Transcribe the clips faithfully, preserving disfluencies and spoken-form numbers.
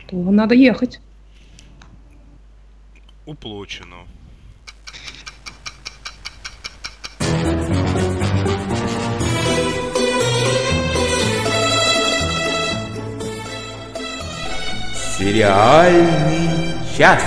что надо ехать. Уплочено. Сериальный час.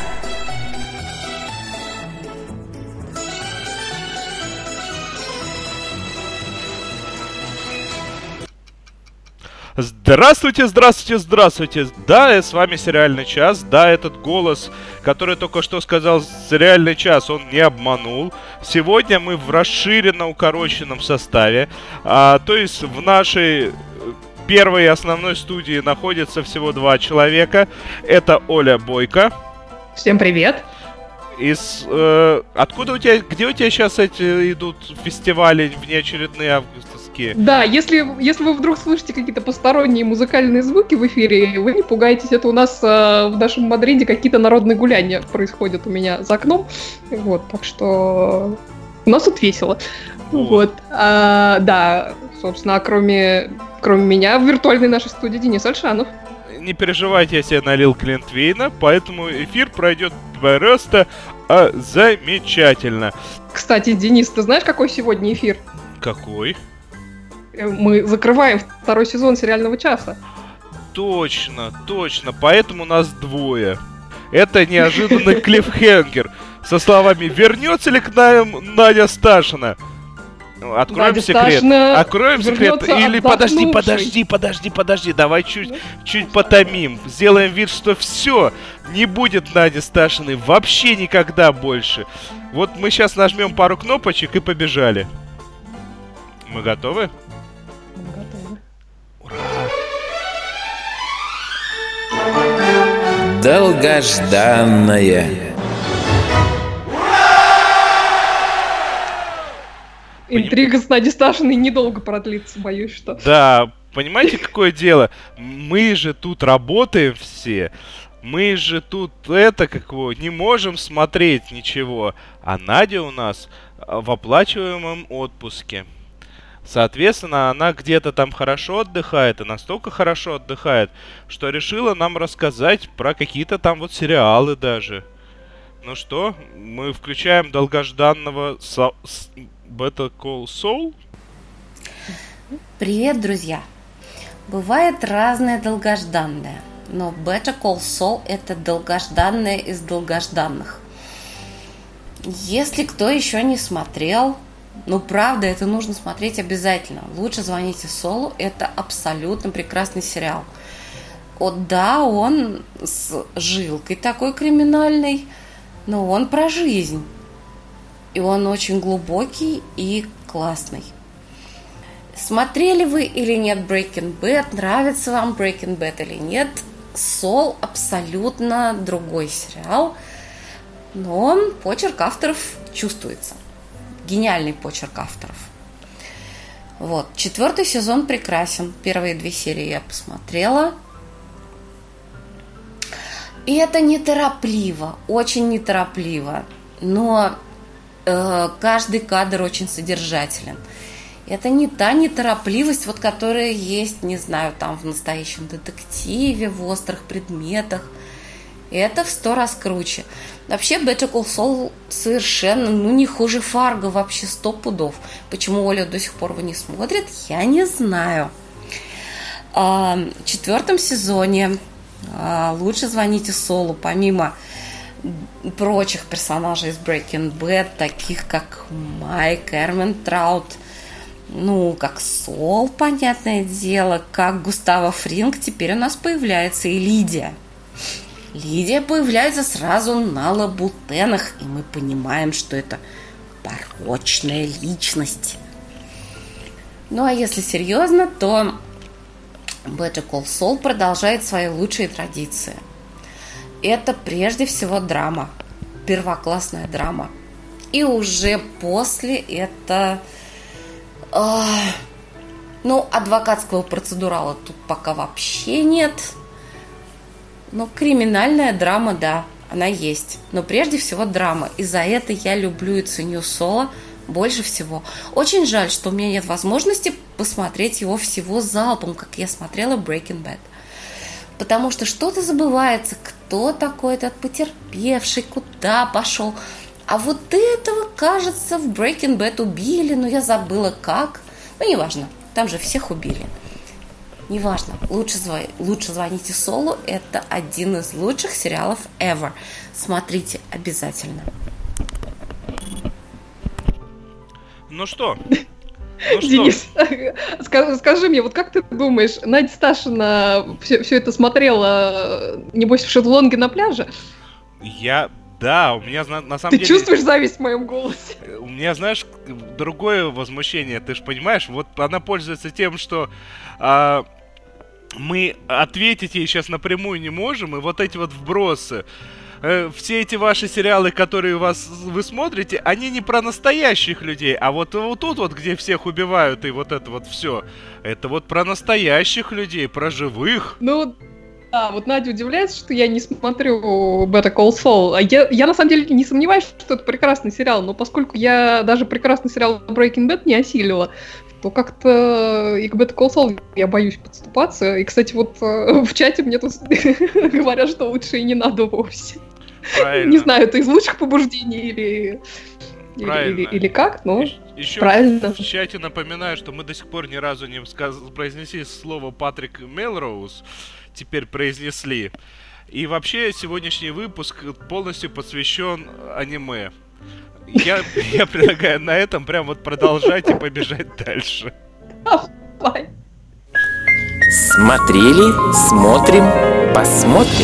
Здравствуйте, здравствуйте, здравствуйте. Да, с вами Сериальный час. Да, этот голос, который только что сказал Сериальный час, он не обманул. Сегодня мы в расширенном, укороченном составе. А, то есть в нашей первой и основной студии находится всего два человека. Это Оля Бойко. Всем привет. Из, э, откуда у тебя, где у тебя сейчас эти идут фестивали внеочередные августовские? Да, если, если вы вдруг слышите какие-то посторонние музыкальные звуки в эфире, вы не пугайтесь, это у нас э, в нашем Мадриде какие-то народные гуляния происходят у меня за окном. Вот, так что у нас тут весело. Вот. Вот. А, да, собственно, кроме, кроме меня в виртуальной нашей студии Денис Альшанов. Не переживайте, я себе налил Глинтвейна, поэтому эфир пройдет просто а, замечательно. Кстати, Денис, ты знаешь, какой сегодня эфир? Какой? Мы закрываем второй сезон Сериального часа. Точно, точно, поэтому нас двое. Это неожиданный клиффхенгер со словами «Вернется ли к нам Надя Сташина?» Откроем Надя секрет. Сташина Откроем секрет. Или подожди, подожди, подожди, подожди. Давай чуть, чуть потомим. Сделаем вид, что все. Не будет Нади Сташиной вообще никогда больше. Вот мы сейчас нажмем пару кнопочек и побежали. Мы готовы? Мы готовы. Ура! Долгожданное. Интрига с Надей Сташиной недолго продлится, боюсь, что. Да, понимаете, какое дело? Мы же тут работаем все. Мы же тут это, как его, не можем смотреть ничего. А Надя у нас в оплачиваемом отпуске. Соответственно, она где-то там хорошо отдыхает, и настолько хорошо отдыхает, что решила нам рассказать про какие-то там вот сериалы даже. Ну что, мы включаем долгожданного со- с- Better Call Saul? Привет, друзья! Бывает разное долгожданное, но Better Call Saul – это долгожданное из долгожданных. Если кто еще не смотрел, ну правда, это нужно смотреть обязательно. Лучше звоните Солу, это абсолютно прекрасный сериал. Вот да, он с жилкой такой криминальной, но он про жизнь. И он очень глубокий и классный. Смотрели вы или нет Breaking Bad? Нравится вам Breaking Bad или нет? Сол абсолютно другой сериал, но почерк авторов чувствуется. Гениальный почерк авторов. Вот. Четвертый сезон прекрасен. Первые две серии я посмотрела. И это неторопливо, очень неторопливо. Но э, каждый кадр очень содержателен. Это не та неторопливость, вот, которая есть, не знаю, там в настоящем детективе, в острых предметах. Это в сто раз круче. Вообще, Better Call Saul совершенно, ну, не хуже Фарго, вообще сто пудов. Почему Оля до сих пор его не смотрит, я не знаю. В четвертом сезоне лучше звоните Солу, помимо прочих персонажей из Breaking Bad, таких как Майк Эрментраут, ну, как Сол, понятное дело, как Густаво Фринг, теперь у нас появляется и Лидия. Лидия появляется сразу на лабутенах, и мы понимаем, что это порочная личность. Ну, а если серьезно, то Better Call Saul продолжает свои лучшие традиции. Это прежде всего драма, первоклассная драма. И уже после это... Э, ну, адвокатского процедурала тут пока вообще нет. Но криминальная драма, да, она есть. Но прежде всего драма. И за это я люблю и ценю Соло больше всего. Очень жаль, что у меня нет возможности посмотреть его всего залпом, как я смотрела Breaking Bad. потому что что-то забывается, кто такой этот потерпевший, куда пошел. А вот этого, кажется, в Breaking Bad убили, но я забыла как. Ну, неважно, там же всех убили. Неважно, лучше, зв... лучше звоните Солу, это один из лучших сериалов ever. Смотрите обязательно. Ну что? Ну Денис, скажи, скажи мне, вот как ты думаешь, Надя Сташина все, все это смотрела, небось, в шезлонге на пляже? Я... Да, у меня на, на самом ты деле... Ты чувствуешь зависть в моем голосе? У меня, знаешь, другое возмущение, ты же понимаешь, вот она пользуется тем, что... А... мы ответить ей сейчас напрямую не можем, и вот эти вот вбросы, э, все эти ваши сериалы, которые у вас вы смотрите, они не про настоящих людей, а вот, вот тут вот, где всех убивают, и вот это вот все, это вот про настоящих людей, про живых. Ну, да, вот Надя удивляется, что я не смотрю Better Call Saul. А я, я на самом деле не сомневаюсь, что это прекрасный сериал, но поскольку я даже прекрасный сериал Breaking Bad не осилила, то как-то и к Better Call Saul я боюсь подступаться. И, кстати, вот в чате мне тут говорят, что лучше и не надо вовсе. Правильно. Не знаю, это из лучших побуждений или... Или, или, или как, но еще правильно. В чате напоминаю, что мы до сих пор ни разу не сказ... произнесли слово Патрик Мелроуз. Теперь произнесли. И вообще сегодняшний выпуск полностью посвящен аниме. Я, я предлагаю на этом прям вот продолжать и побежать дальше. Давай. Смотрели, смотрим, посмотрим.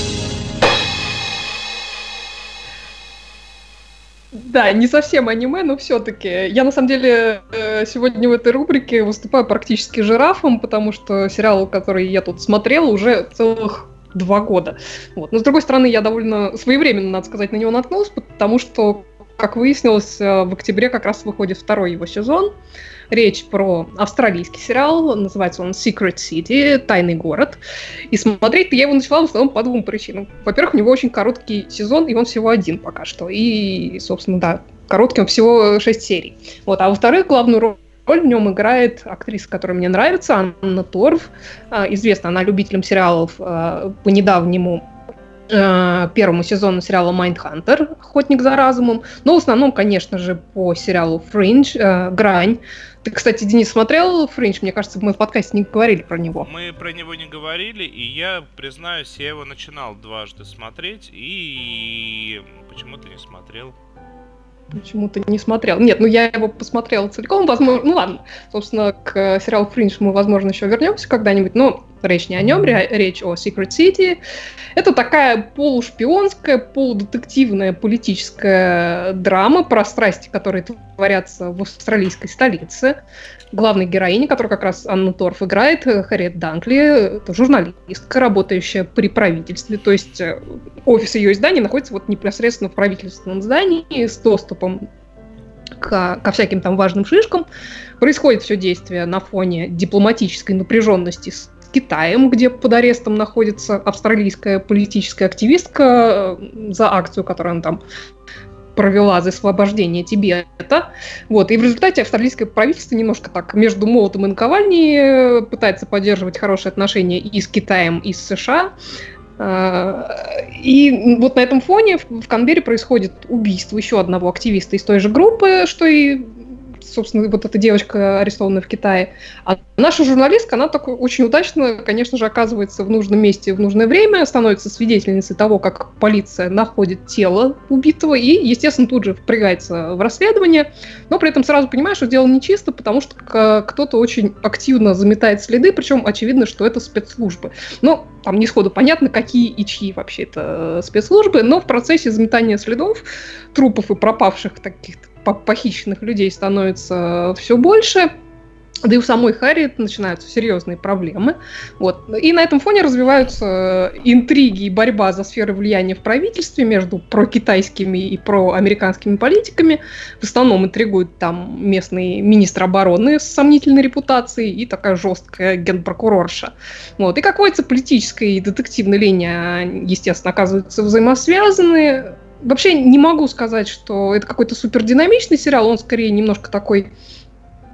Да, не совсем аниме, но все-таки. Я, на самом деле, сегодня в этой рубрике выступаю практически жирафом, потому что сериал, который я тут смотрела, уже целых два года. Вот. Но, с другой стороны, я довольно своевременно, надо сказать, на него наткнулась, потому что, как выяснилось, в октябре как раз выходит второй его сезон. Речь про австралийский сериал, называется он Secret City, Тайный город. И смотреть я его начала в основном по двум причинам. Во-первых, у него очень короткий сезон, и он всего один пока что. И, собственно, да, короткий, он всего шесть серий. Вот. А во-вторых, главную роль в нем играет актриса, которая мне нравится, Анна Торв. Известна она любителям сериалов по недавнему первому сезону сериала «Майндхантер. Охотник за разумом». Но в основном, конечно же, по сериалу «Фриндж», э, «Грань». Ты, кстати, Денис, смотрел «Фриндж»? Мне кажется, мы в подкасте не говорили про него. Мы про него не говорили, и я, признаюсь, я его начинал дважды смотреть, и почему-то не смотрел. Почему-то не смотрел. Нет, ну я его посмотрела целиком, возможно... Ну ладно, собственно, к сериалу «Фриндж» мы, возможно, еще вернемся когда-нибудь, но речь не о нем, речь о Secret City. Это такая полушпионская, полудетективная политическая драма про страсти, которые творятся в австралийской столице. Главной героиня, которую как раз Анна Торф играет, Харриет Данкли, это журналистка, работающая при правительстве, то есть офис ее издания находится вот непосредственно в правительственном здании с доступом к, ко всяким там важным шишкам. Происходит все действие на фоне дипломатической напряженности с Китаем, где под арестом находится австралийская политическая активистка за акцию, которую она там провела за освобождение Тибета. Вот. И в результате австралийское правительство немножко так между молотом и наковальней пытается поддерживать хорошие отношения и с Китаем, и с США. И вот на этом фоне в Канберре происходит убийство еще одного активиста из той же группы, что и, собственно, вот эта девочка, арестованная в Китае. А наша журналистка, она так очень удачно, конечно же, оказывается в нужном месте в нужное время, становится свидетельницей того, как полиция находит тело убитого и, естественно, тут же впрягается в расследование, но при этом сразу понимаешь, что дело нечисто, потому что кто-то очень активно заметает следы, причем очевидно, что это спецслужбы. Но там не сходу понятно, какие и чьи вообще это спецслужбы, но в процессе заметания следов, трупов и пропавших таких похищенных людей становится все больше. Да и у самой Харриет начинаются серьезные проблемы. Вот. И на этом фоне развиваются интриги и борьба за сферы влияния в правительстве между прокитайскими и проамериканскими политиками. В основном интригует там местный министр обороны с сомнительной репутацией и такая жесткая генпрокурорша. Вот. И, как водится, политическая и детективная линия, естественно, оказываются взаимосвязаны. Вообще не могу сказать, что это какой-то супердинамичный сериал, он скорее немножко такой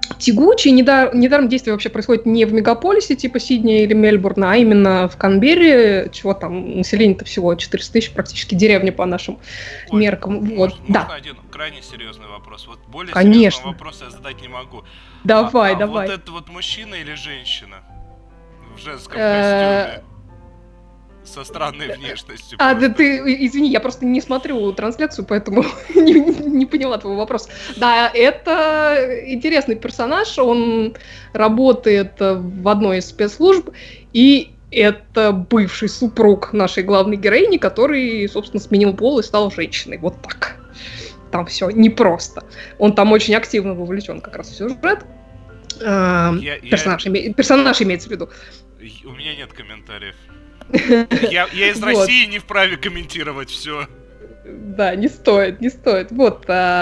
тягучий. Недар, недаром действие вообще происходит не в мегаполисе типа Сиднея или Мельбурна, а именно в Канберре, чего там население-то всего четыреста тысяч, практически деревня по нашим Ой, меркам. Можно, Вот. можно Да. один крайне серьезный вопрос? Вот более Конечно. серьезного вопроса я задать не могу. Давай, а, а давай. вот это вот мужчина или женщина в женском Э, костюме со странной внешностью? А, да просто? ты, извини, я просто не смотрю трансляцию, поэтому не, не поняла твоего вопроса. Да, это интересный персонаж, он работает в одной из спецслужб, и это бывший супруг нашей главной героини, который, собственно, сменил пол и стал женщиной. Вот так. Там все непросто. Он там очень активно вовлечен как раз в сюжет. А, Я- я- персонаж, име- персонаж имеется в виду. У меня нет комментариев. Я, я из Вот. России не вправе комментировать все. Да, не стоит, не стоит. Вот.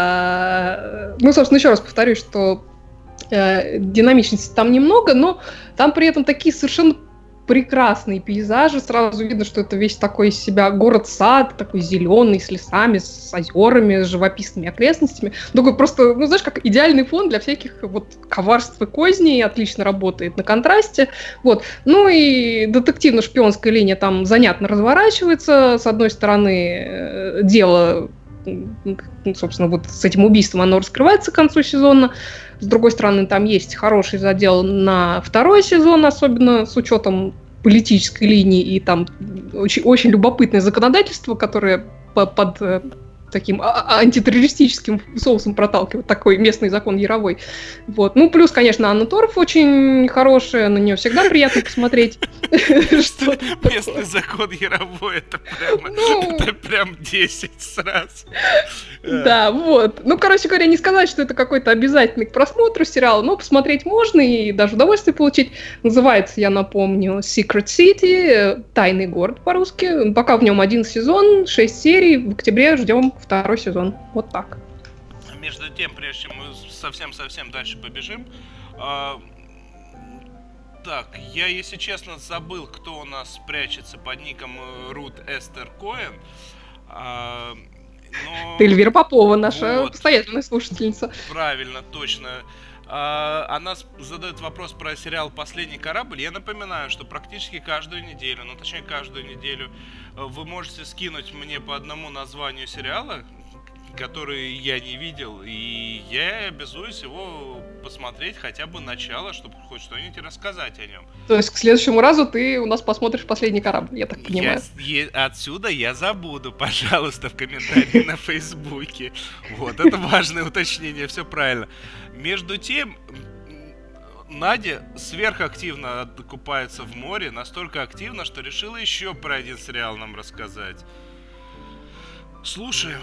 а, Ну, собственно, еще раз повторюсь, что э, динамичности там немного, но там при этом такие совершенно прекрасные пейзажи. Сразу видно, что это весь такой из себя город-сад, такой зеленый, с лесами, с озерами, с живописными окрестностями. Такой просто, ну, знаешь, как идеальный фон для всяких вот коварств и козней. Отлично работает на контрасте. Вот. Ну и детективно-шпионская линия там занятно разворачивается. С одной стороны, э, дело, м, собственно, вот с этим убийством оно раскрывается к концу сезона. С другой стороны, там есть хороший задел на второй сезон, особенно с учетом политической линии, и там очень, очень любопытное законодательство, которое по- под э, таким а- а- антитеррористическим соусом проталкивает, такой местный закон яровой. Вот. Ну, плюс, конечно, Анна Торф очень хорошая, на нее всегда приятно посмотреть. Что Местный закон Яровой, это прямо, Ну. это прям десять сразу. Да, вот. Ну, короче говоря, не сказать, что это какой-то обязательный к просмотру сериал, но посмотреть можно и даже удовольствие получить. Называется, я напомню, Secret City, Тайный город по-русски. Пока в нем один сезон, шесть серий. В октябре ждем второй сезон. Вот так. Между тем, прежде чем мы совсем-совсем дальше побежим, а, так, я, если честно, забыл, кто у нас прячется под ником э, Рут Эстер Коэн. А, но... Ты Эльвира Попова, наша Вот. постоянная слушательница. Правильно, точно. А, Она с- задает вопрос про сериал «Последний корабль». Я напоминаю, что практически каждую неделю, ну точнее каждую неделю, э, вы можете скинуть мне по одному названию сериала, который я не видел, и я обязуюсь его посмотреть хотя бы начало, чтобы хоть что-нибудь рассказать о нем. То есть к следующему разу ты у нас посмотришь «Последний корабль», я так понимаю. Я, е- отсюда я забуду, пожалуйста, в комментарии на Фейсбуке. Вот, это важное уточнение, все правильно. Между тем, м, Надя сверхактивно купается в море, настолько активно, что решила еще про один сериал нам рассказать. Слушаем.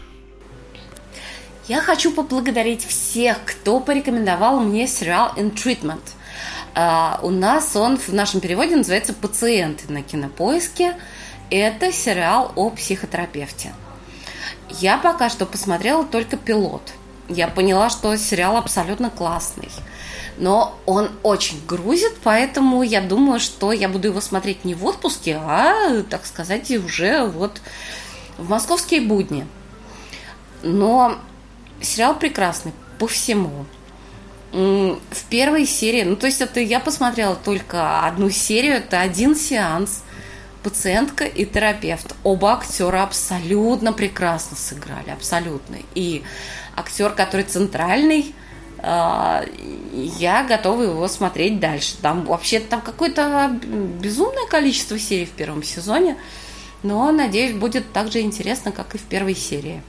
Я хочу поблагодарить всех, кто порекомендовал мне сериал In Treatment. А, у нас он в нашем переводе называется «Пациенты» на Кинопоиске. Это сериал о психотерапевте. Я пока что посмотрела только пилот. Я поняла, что сериал абсолютно классный. Но он очень грузит, поэтому я думаю, что я буду его смотреть не в отпуске, а, так сказать, уже вот в московские будни. Но сериал прекрасный по всему. М, В первой серии, ну то есть это я посмотрела только одну серию, это один сеанс, пациентка и терапевт. Оба актера абсолютно прекрасно сыграли, абсолютно. И актер, который центральный, а, я готова его смотреть дальше. Там вообще там какое-то безумное количество серий в первом сезоне, но, надеюсь, будет так же интересно, как и в первой серии.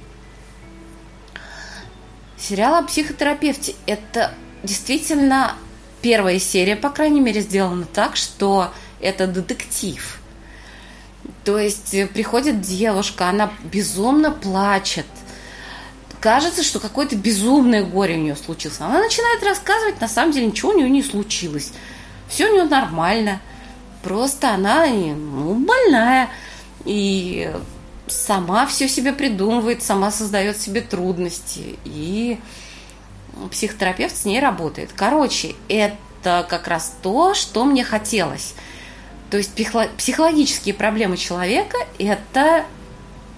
Сериал о психотерапевте – это действительно первая серия, по крайней мере, сделана так, что это детектив. То есть приходит девушка, она безумно плачет. Кажется, что какое-то безумное горе у нее случилось. Она начинает рассказывать, на самом деле ничего у нее не случилось. Все у нее нормально. Просто она, ну, больная. И сама все себе придумывает, сама создает себе трудности. И психотерапевт с ней работает. Короче, это как раз то, что мне хотелось. То есть психологические проблемы человека – это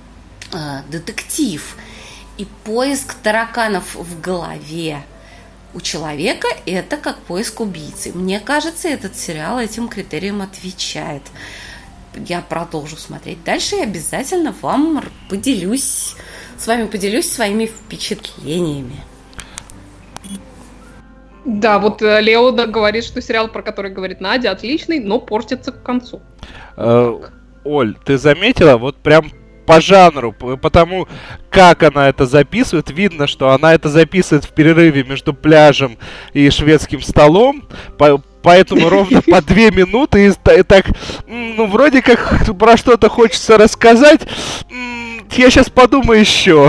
э, детектив и поиск тараканов в голове. у человека это как поиск убийцы. Мне кажется, этот сериал этим критериям отвечает. Я продолжу смотреть дальше и обязательно вам поделюсь, с вами поделюсь своими впечатлениями. Да, вот Лео говорит, что сериал, про который говорит Надя, отличный, но портится к концу. Э, Оль, ты заметила, вот прям по жанру, потому как она это записывает, видно, что она это записывает в перерыве между пляжем и шведским столом, по, поэтому ровно по две минуты, и, и так, ну, вроде как про что-то хочется рассказать, я сейчас подумаю еще.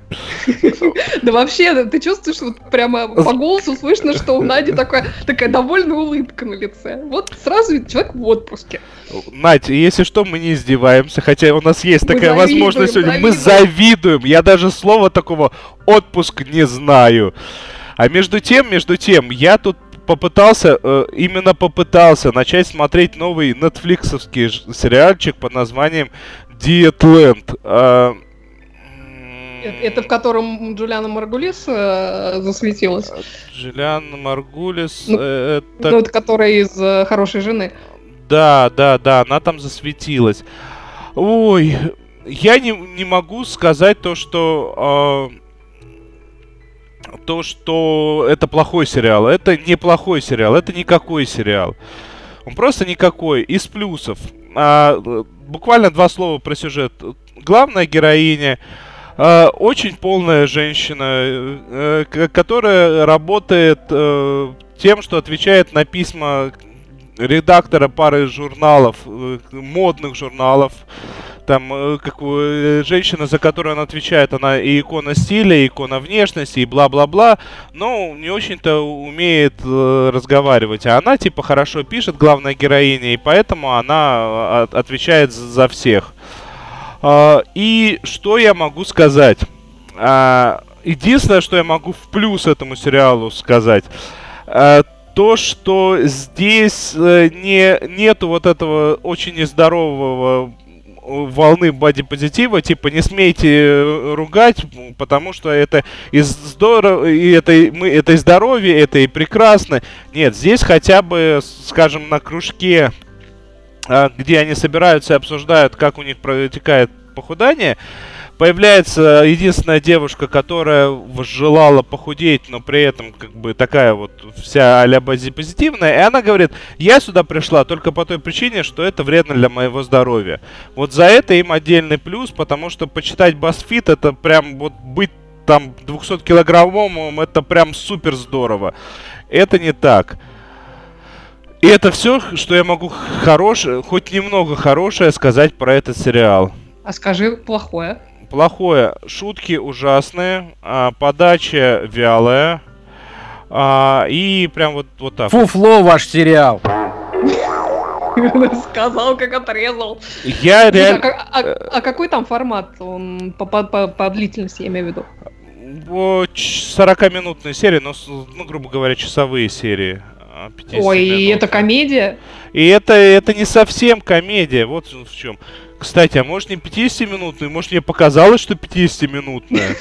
Да вообще, ты чувствуешь, вот прямо по голосу слышно, что у Нади такая, такая довольная улыбка на лице. Вот сразу ведь человек в отпуске. Надь, если что, мы не издеваемся, хотя у нас есть Мы такая завидуем, возможность сегодня. Мы завидуем. завидуем. Я даже слова такого «отпуск» не знаю. А между тем, между тем, я тут попытался, э, именно попытался начать смотреть новый нетфликсовский ж- сериальчик под названием «Диетлэнд». А, Это в котором Джулиана Маргулис э, засветилась. Джулиана Маргулис, Ну, э, это... Ну, это которая из э, «Хорошей жены». Да, да, да, она там засветилась. Ой, я не, не могу сказать то, что... Э, то, что это плохой сериал. Это не плохой сериал, это никакой сериал. Он просто никакой. Из плюсов. А, буквально два слова про сюжет. Главная героиня... Uh, очень полная женщина, uh, к- которая работает uh, тем, что отвечает на письма редактора пары журналов, uh, модных журналов. Там uh, как, uh, женщина, за которую она отвечает, она и икона стиля, и икона внешности, и бла-бла-бла, но не очень-то умеет uh, разговаривать. А она типа хорошо пишет, главная героиня, и поэтому она uh, отвечает за всех. Uh, и что я могу сказать? Uh, единственное, что я могу в плюс этому сериалу сказать, uh, то, что здесь uh, не, нету вот этого очень нездорового волны бодипозитива, типа не смейте ругать, потому что это и здорово, и это, и мы, это и здоровье, это и прекрасно. Нет, здесь хотя бы, скажем, на кружке, где они собираются и обсуждают, как у них протекает похудание, появляется единственная девушка, которая желала похудеть, но при этом как бы такая вот вся а-ля бодипозитивная, и она говорит: я сюда пришла только по той причине, что это вредно для моего здоровья. Вот за это им отдельный плюс, потому что почитать BuzzFeed, это прям вот быть там двухсоткилограммовым, это прям супер здорово. Это не так. И это все, что я могу хорошее, хоть немного хорошее сказать про этот сериал. А скажи плохое. Плохое. Шутки ужасные, а, подача вялая, а, и прям вот, вот так. Фуфло ваш сериал. Сказал, как отрезал. Я А, реально... как- а- а какой там формат? Он по, по- по- по длительности, я имею в виду. сорокаминутные серии, но, с- ну, грубо говоря, часовые серии. а, Ой, и пятидесятиминутные. это комедия? И это, это не совсем комедия, вот в чем. Кстати, а может не пятидесятиминутная, может мне показалось, что пятидесятиминутная.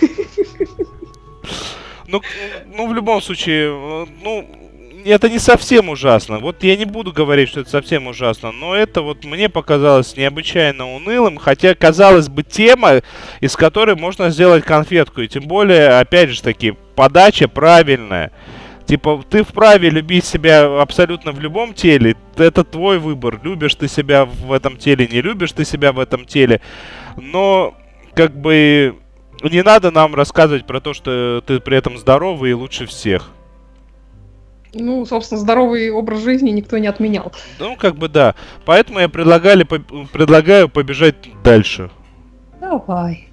Ну, ну, в любом случае, э, ну, это не совсем ужасно. Вот я не буду говорить, что это совсем ужасно, но это вот мне показалось необычайно унылым, хотя, казалось бы, тема, из которой можно сделать конфетку, и тем более, опять же таки, подача правильная. Типа, ты вправе любить себя абсолютно в любом теле, это твой выбор, любишь ты себя в этом теле, не любишь ты себя в этом теле, но, как бы, не надо нам рассказывать про то, что ты при этом здоровый и лучше всех. Ну, собственно, здоровый образ жизни никто не отменял. Ну, как бы да. Поэтому я предлагали, по- предлагаю побежать дальше. Давай.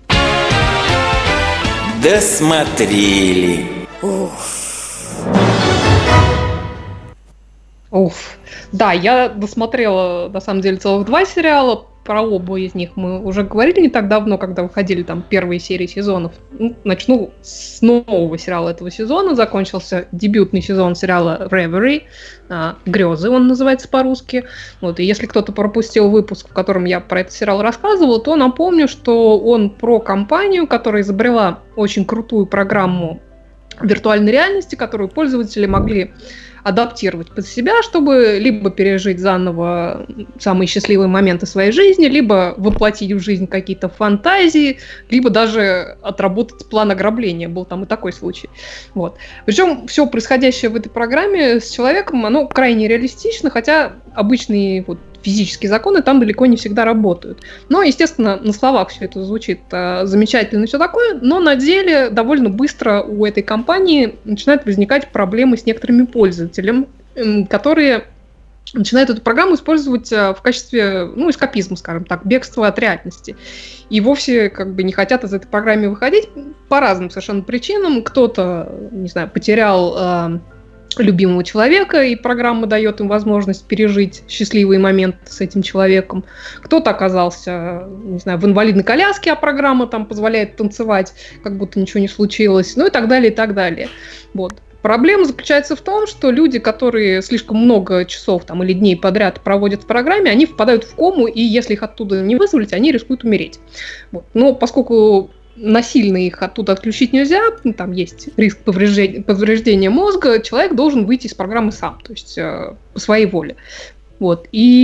Досмотрели. Уф. Да, я досмотрела, на самом деле, целых два сериала. Про оба из них мы уже говорили не так давно, когда выходили там первые серии сезонов. Ну, начну с нового сериала этого сезона. Закончился дебютный сезон сериала Reverie. а, «Грезы» он называется по-русски. Вот, и если кто-то пропустил выпуск, в котором я про этот сериал рассказывала, то напомню, что он про компанию, которая изобрела очень крутую программу виртуальной реальности, которую пользователи могли адаптировать под себя, чтобы либо пережить заново самые счастливые моменты своей жизни, либо воплотить в жизнь какие-то фантазии, либо даже отработать план ограбления. Был там и такой случай. Вот. Причем все происходящее в этой программе с человеком, оно крайне реалистично, хотя обычные вот физические законы там далеко не всегда работают. Но, естественно, на словах все это звучит э, замечательно и все такое, но на деле довольно быстро у этой компании начинают возникать проблемы с некоторыми пользователями, э, которые начинают эту программу использовать э, в качестве, ну, эскапизма, скажем так, бегства от реальности. И вовсе как бы не хотят из этой программы выходить по разным совершенно причинам. Кто-то, не знаю, потерял Э, любимого человека, и программа дает им возможность пережить счастливые моменты с этим человеком. Кто-то оказался, не знаю, в инвалидной коляске, а программа там позволяет танцевать, как будто ничего не случилось, ну и так далее, и так далее. Вот. Проблема заключается в том, что люди, которые слишком много часов там, или дней подряд проводят в программе, они впадают в кому, и если их оттуда не вызволить, они рискуют умереть. Вот. Но поскольку насильно их оттуда отключить нельзя, там есть риск повреждения, повреждения мозга, человек должен выйти из программы сам, то есть э, по своей воле. Вот.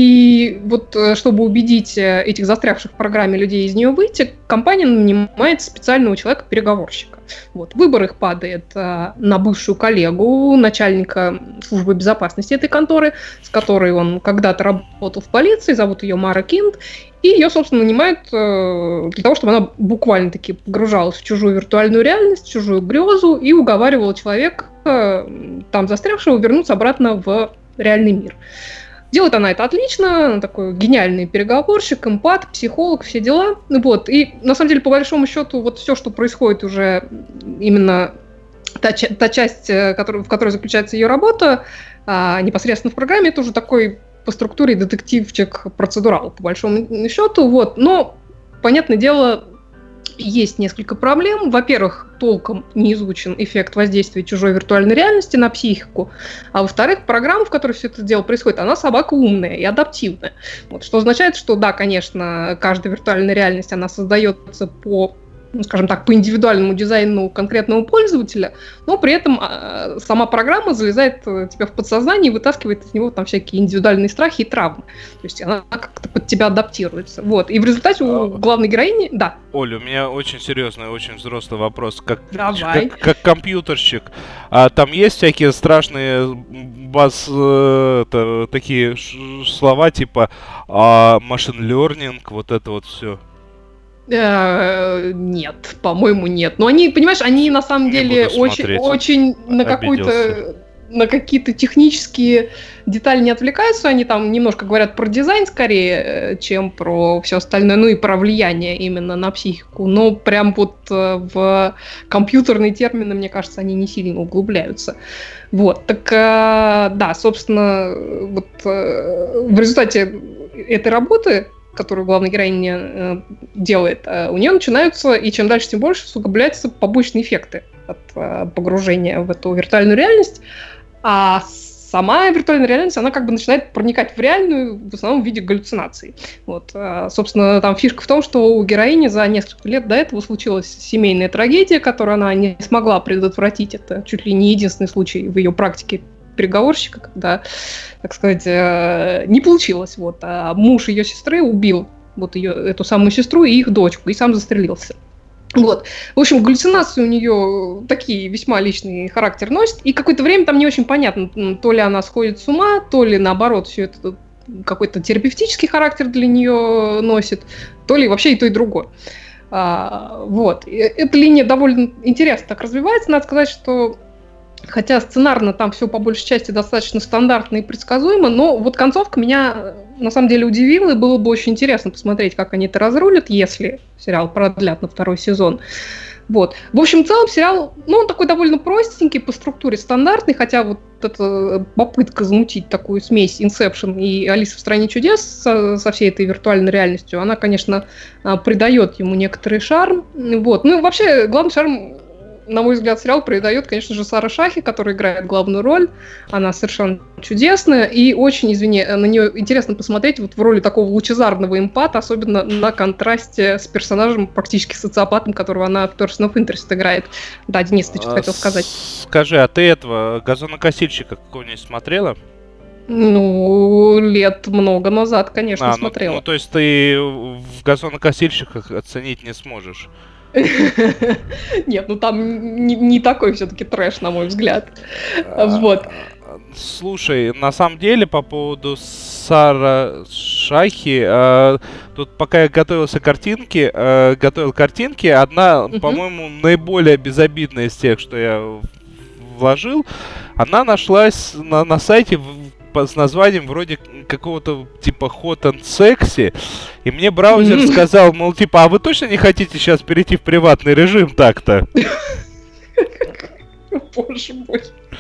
И вот чтобы убедить этих застрявших в программе людей из нее выйти, компания нанимает специального человека-переговорщика. Вот. Выбор их падает э, на бывшую коллегу, начальника службы безопасности этой конторы, с которой он когда-то работал в полиции, зовут ее Мара Кинт, и ее, собственно, нанимают э, для того, чтобы она буквально-таки погружалась в чужую виртуальную реальность, в чужую грезу и уговаривала человека, э, там застрявшего, вернуться обратно в реальный мир. Делает она это отлично, она такой гениальный переговорщик, эмпат, психолог, все дела. Вот. И на самом деле, по большому счету, вот все, что происходит уже именно та, та часть, который, в которой заключается ее работа, а, непосредственно в программе, это уже такой по структуре детективчик-процедурал, по большому счету. Вот. Но, понятное дело, есть несколько проблем. Во-первых, толком не изучен эффект воздействия чужой виртуальной реальности на психику. А во-вторых, программа, в которой все это дело происходит, она собака умная и адаптивная. Вот, что означает, что да, конечно, каждая виртуальная реальность, она создается по, ну, скажем так, по индивидуальному дизайну конкретного пользователя, но при этом э, сама программа залезает тебе в подсознание и вытаскивает из него там всякие индивидуальные страхи и травмы. То есть она как-то под тебя адаптируется. Вот. И в результате у главной героини... Да. Оля, у меня очень серьезный, очень взрослый вопрос. Как, Давай. как, как компьютерщик, а там есть всякие страшные баз, э, это, такие ш- слова типа а, machine learning, вот это вот все? Нет, по-моему, нет. Но они, понимаешь, они на самом деле очень, очень на какую-то, на какие-то технические детали не отвлекаются. Они там немножко говорят про дизайн скорее, чем про все остальное, ну и про влияние именно на психику. Но прям вот в компьютерные термины, мне кажется, они не сильно углубляются. Вот, так да, собственно, вот в результате этой работы, которую главная героиня э, делает, э, у нее начинаются, и чем дальше, тем больше усугубляются побочные эффекты от э, погружения в эту виртуальную реальность. А сама виртуальная реальность, она как бы начинает проникать в реальную, в основном в виде галлюцинаций. Вот, э, собственно, там фишка в том, что у героини за несколько лет до этого случилась семейная трагедия, которую она не смогла предотвратить. Это чуть ли не единственный случай в ее практике переговорщика, когда, так сказать, не получилось. Вот. А муж ее сестры убил вот ее, эту самую сестру и их дочку, и сам застрелился. Вот. В общем, галлюцинации у нее такие весьма личный характер носят, и какое-то время там не очень понятно, то ли она сходит с ума, то ли наоборот все это какой-то терапевтический характер для нее носит, то ли вообще и то, и другое. А, вот. И эта линия довольно интересно так развивается, надо сказать, что хотя сценарно там все по большей части достаточно стандартно и предсказуемо, но вот концовка меня на самом деле удивила, и было бы очень интересно посмотреть, как они это разрулят, если сериал продлят на второй сезон. Вот. В общем, в целом сериал, ну, он такой довольно простенький, по структуре стандартный, хотя вот эта попытка замутить такую смесь Inception и Алисы в стране чудес со, со всей этой виртуальной реальностью, она, конечно, придает ему некоторый шарм. Вот. Ну, вообще, главный шарм на мой взгляд, сериал придает, конечно же, Сара Шахи, которая играет главную роль. Она совершенно чудесная. И очень, извини, на нее интересно посмотреть вот в роли такого лучезарного эмпата, особенно на контрасте с персонажем, практически социопатом, которого она в Person of Interest играет. Да, Денис, ты что-то А, хотел сказать? Скажи, а ты этого газонокосильщика какого-нибудь смотрела? Ну, лет много назад, конечно, А, ну, смотрела. ну, то есть ты в газонокосильщиках оценить не сможешь. Нет, ну там не, не такой все-таки трэш, на мой взгляд. Вот. Слушай, на самом деле, по поводу Сара Шахи, э, тут пока я готовился к картинке, э, готовил картинки, одна, Мгм. по-моему, наиболее безобидная из тех, что я в- вложил, она нашлась на, на сайте в- по- с названием вроде какого-то типа Hot and Sexy, и мне браузер Мгм. сказал, мол, типа, а вы точно не хотите сейчас перейти в приватный режим так-то? Боже мой.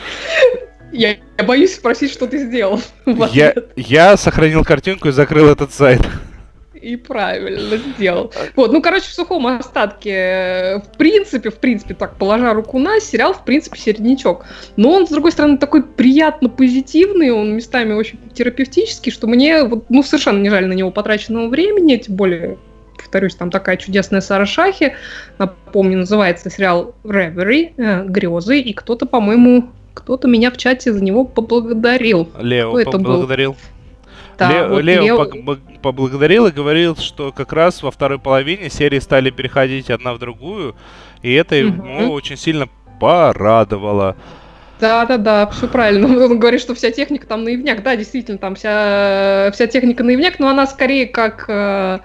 Я, я боюсь спросить, что ты сделал в Я, ответ. я сохранил картинку и закрыл этот сайт. И правильно сделал. Вот, ну, короче, в сухом остатке, э, в принципе, в принципе, так, положа руку на, сериал, в принципе, середнячок. Но он, с другой стороны, такой приятно позитивный, он местами очень терапевтический, что мне, вот, ну, совершенно не жаль на него потраченного времени, тем более, повторюсь, там такая чудесная Сара Шахи, напомню, называется сериал Reverie, э, грезы, и кто-то, по-моему, кто-то меня в чате за него поблагодарил. Лео Кто это был? поблагодарил. Да, Ле- вот Лео Лео- пог- бог- поблагодарил и говорил, что как раз во второй половине серии стали переходить одна в другую, и это Мгм. ему очень сильно порадовало. Да-да-да, все правильно. Он говорит, что вся техника там наивняк. Да, действительно, там вся, вся техника наивняк, но она скорее как, э,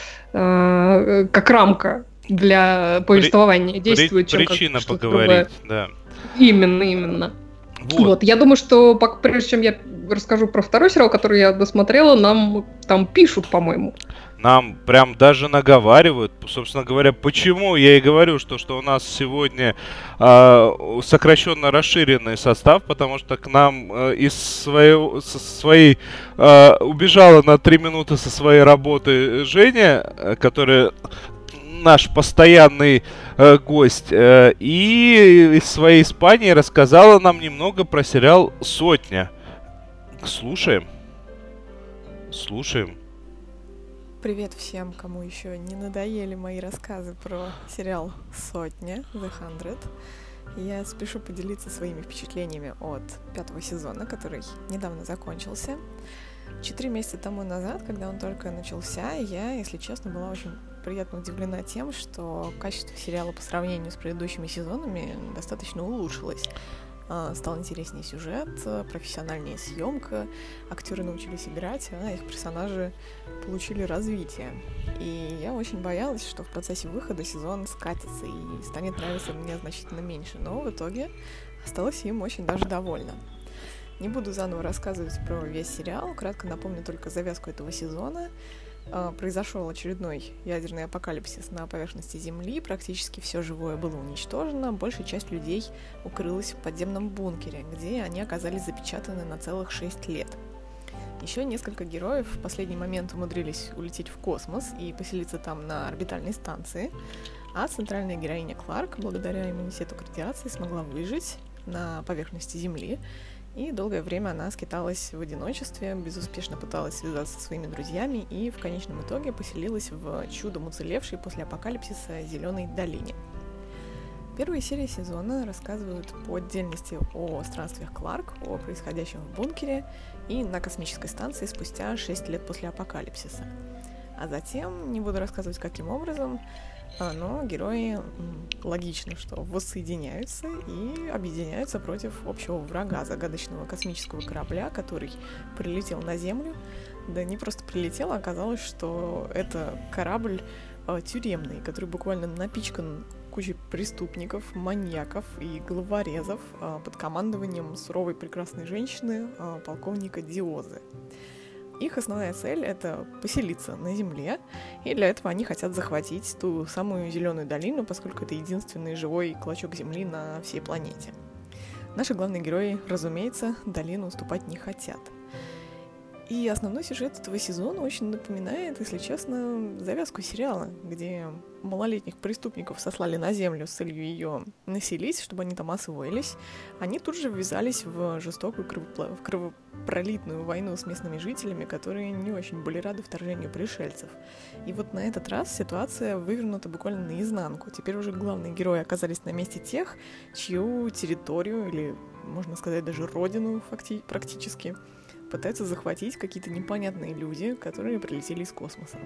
э, как рамка для повествования При- действует, чем как Причина что-то поговорить, другое. да. Именно, именно. Вот. Вот. Я думаю, что пок- прежде чем я расскажу про второй сериал, который я досмотрела, нам там пишут, по-моему. Нам прям даже наговаривают, собственно говоря, почему я и говорю, что, что у нас сегодня э, сокращенно расширенный состав, потому что к нам э, из своего, со своей э, убежала на три минуты со своей работы Женя, э, которая наш постоянный э, гость, э, и из своей Испании рассказала нам немного про сериал «Сотня». Слушаем. Слушаем. Привет всем, кому еще не надоели мои рассказы про сериал «Сотня», The Hundred. Я спешу поделиться своими впечатлениями от пятого сезона, который недавно закончился. Четыре месяца тому назад, когда он только начался, я, если честно, была очень приятно удивлена тем, что качество сериала по сравнению с предыдущими сезонами достаточно улучшилось. Стал интереснее сюжет, профессиональнее съемка, актеры научились играть, а их персонажи получили развитие. И я очень боялась, что в процессе выхода сезон скатится и станет нравиться мне значительно меньше, но в итоге осталась им очень даже довольна. Не буду заново рассказывать про весь сериал, кратко напомню только завязку этого сезона. Произошел очередной ядерный апокалипсис на поверхности Земли, практически все живое было уничтожено, большая часть людей укрылась в подземном бункере, где они оказались запечатаны на целых шесть лет. Еще несколько героев в последний момент умудрились улететь в космос и поселиться там на орбитальной станции, а центральная героиня Кларк, благодаря иммунитету к радиации, смогла выжить на поверхности Земли. И долгое время она скиталась в одиночестве, безуспешно пыталась связаться со своими друзьями и в конечном итоге поселилась в чудом уцелевшей после апокалипсиса Зеленой долине. Первые серии сезона рассказывают по отдельности о странствиях Кларк, о происходящем в бункере и на космической станции спустя шесть лет после апокалипсиса. А затем, не буду рассказывать каким образом, но герои логично, что воссоединяются и объединяются против общего врага, загадочного космического корабля, который прилетел на Землю. Да не просто прилетел, а оказалось, что это корабль э, тюремный, который буквально напичкан кучей преступников, маньяков и головорезов э, под командованием суровой прекрасной женщины, э, полковника Диозы. Их основная цель — это поселиться на Земле, и для этого они хотят захватить ту самую Зеленую долину, поскольку это единственный живой клочок Земли на всей планете. Наши главные герои, разумеется, долину уступать не хотят. И основной сюжет этого сезона очень напоминает, если честно, завязку сериала, где малолетних преступников сослали на землю с целью ее населить, чтобы они там освоились. Они тут же ввязались в жестокую кровопро- в кровопролитную войну с местными жителями, которые не очень были рады вторжению пришельцев. И вот на этот раз ситуация вывернута буквально наизнанку. Теперь уже главные герои оказались на месте тех, чью территорию, или, можно сказать, даже родину факти- практически, пытаются захватить какие-то непонятные люди, которые прилетели из космоса.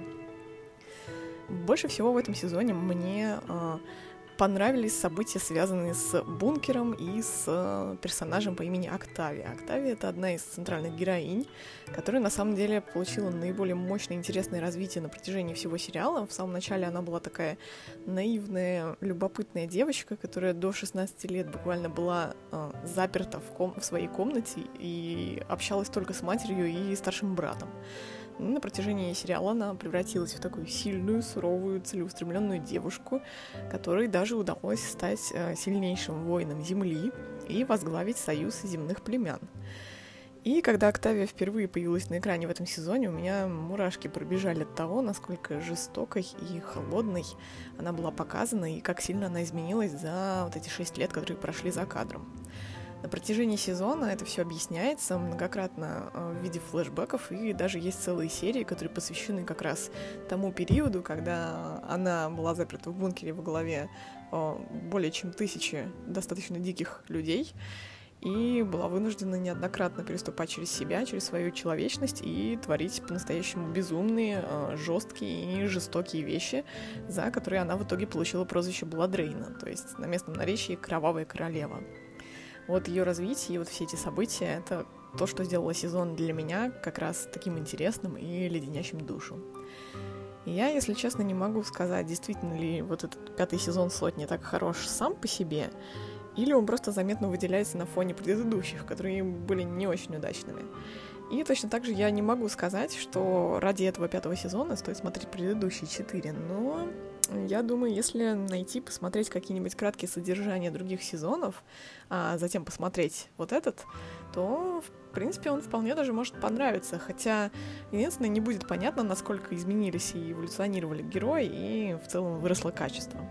Больше всего в этом сезоне мне э, понравились события, связанные с бункером и с э, персонажем по имени Октавия. Октавия — это одна из центральных героинь, которая на самом деле получила наиболее мощное и интересное развитие на протяжении всего сериала. В самом начале она была такая наивная, любопытная девочка, которая до шестнадцати лет буквально была э, заперта в, ком- в своей комнате и общалась только с матерью и старшим братом. На протяжении сериала она превратилась в такую сильную, суровую, целеустремленную девушку, которой даже удалось стать э, сильнейшим воином Земли и возглавить союз земных племен. И когда Октавия впервые появилась на экране в этом сезоне, у меня мурашки пробежали от того, насколько жестокой и холодной она была показана, и как сильно она изменилась за вот эти шесть лет, которые прошли за кадром. На протяжении сезона это все объясняется многократно в виде флешбеков, и даже есть целые серии, которые посвящены как раз тому периоду, когда она была заперта в бункере во главе более чем тысячи достаточно диких людей, и была вынуждена неоднократно переступать через себя, через свою человечность и творить по-настоящему безумные, жесткие и жестокие вещи, за которые она в итоге получила прозвище Бладрейна, то есть на местном наречии «Кровавая королева». Вот ее развитие и вот все эти события — это то, что сделало сезон для меня как раз таким интересным и леденящим душу. И я, если честно, не могу сказать, действительно ли вот этот пятый сезон «Сотни» так хорош сам по себе, или он просто заметно выделяется на фоне предыдущих, которые были не очень удачными. И точно так же я не могу сказать, что ради этого пятого сезона стоит смотреть предыдущие четыре, но я думаю, если найти, посмотреть какие-нибудь краткие содержания других сезонов, а затем посмотреть вот этот, то, в принципе, он вполне даже может понравиться, хотя, единственное, не будет понятно, насколько изменились и эволюционировали герои, и в целом выросло качество.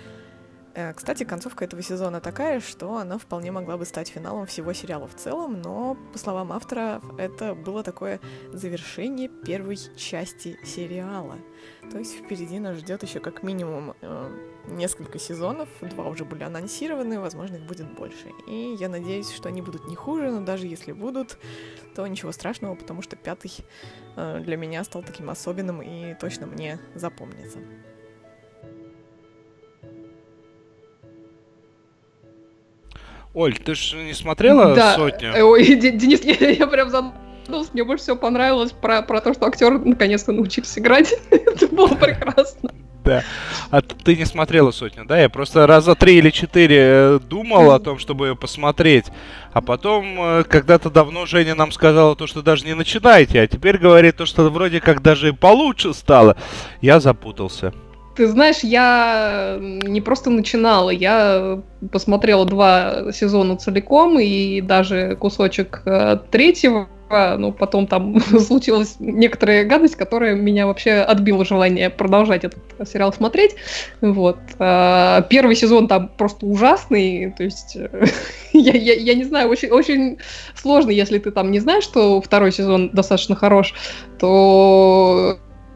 Кстати, концовка этого сезона такая, что она вполне могла бы стать финалом всего сериала в целом, но, по словам автора, это было такое завершение первой части сериала. То есть впереди нас ждет еще как минимум э, несколько сезонов, два уже были анонсированы, возможно, их будет больше. И я надеюсь, что они будут не хуже, но даже если будут, то ничего страшного, потому что пятый э, для меня стал таким особенным и точно мне запомнится. Оль, ты же не смотрела да. «Сотню»? Ой, Денис, я, я прям задумался. Мне больше всего понравилось про, про то, что актеры наконец-то научились играть. Это было прекрасно. Да. А ты не смотрела «Сотню», да? Я просто раза три или четыре думал о том, чтобы ее посмотреть. А потом, когда-то давно Женя нам сказала то, что даже не начинайте. А теперь говорит то, что вроде как даже и получше стало. Я запутался. Ты знаешь, я не просто начинала, я посмотрела два сезона целиком и даже кусочек третьего, но потом там случилась некоторая гадость, которая меня вообще отбила желание продолжать этот сериал смотреть. Вот. Первый сезон там просто ужасный, то есть я, я, я не знаю, очень, очень сложно, если ты там не знаешь, что второй сезон достаточно хорош, то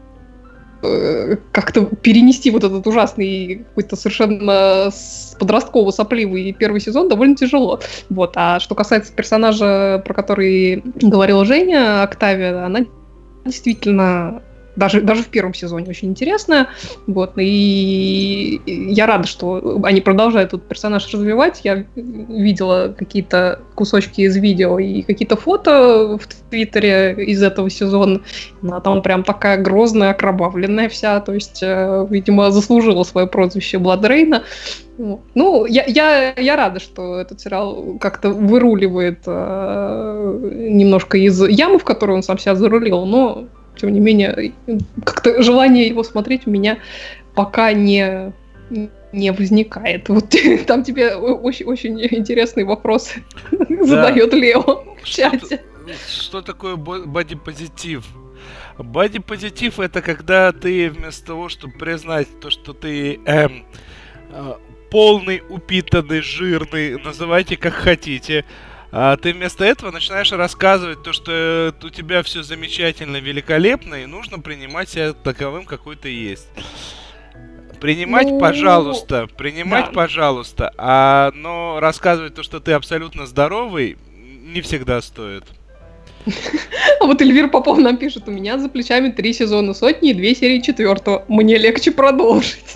как-то перенести вот этот ужасный какой-то совершенно подростково сопливый первый сезон довольно тяжело. Вот. А что касается персонажа, про который говорила Женя, Октавия, она действительно даже, даже в первом сезоне очень интересная. Вот. И я рада, что они продолжают этот персонаж развивать. Я видела какие-то кусочки из видео и какие-то фото в Твиттере из этого сезона. Она там прям такая грозная, окровавленная вся. То есть, видимо, заслужила свое прозвище Бладрейна. Ну, я, я, я рада, что этот сериал как-то выруливает э, немножко из ямы, в которую он сам себя зарулил, но тем не менее, как-то желание его смотреть у меня пока не, не возникает. Вот там тебе очень, очень интересные вопросы да. задает Лео в чате. что такое бодипозитив? Бодипозитив — это когда ты вместо того, чтобы признать то, что ты эм, э, полный, упитанный, жирный, называйте как хотите, а ты вместо этого начинаешь рассказывать то, что у тебя все замечательно, великолепно, и нужно принимать себя таковым, какой ты есть. Принимать, ну, пожалуйста, принимать, да. пожалуйста, а, но рассказывать то, что ты абсолютно здоровый, не всегда стоит. А вот Эльвира Попов нам пишет: у меня за плечами три сезона Сотни и две серии четвертого. Мне легче продолжить.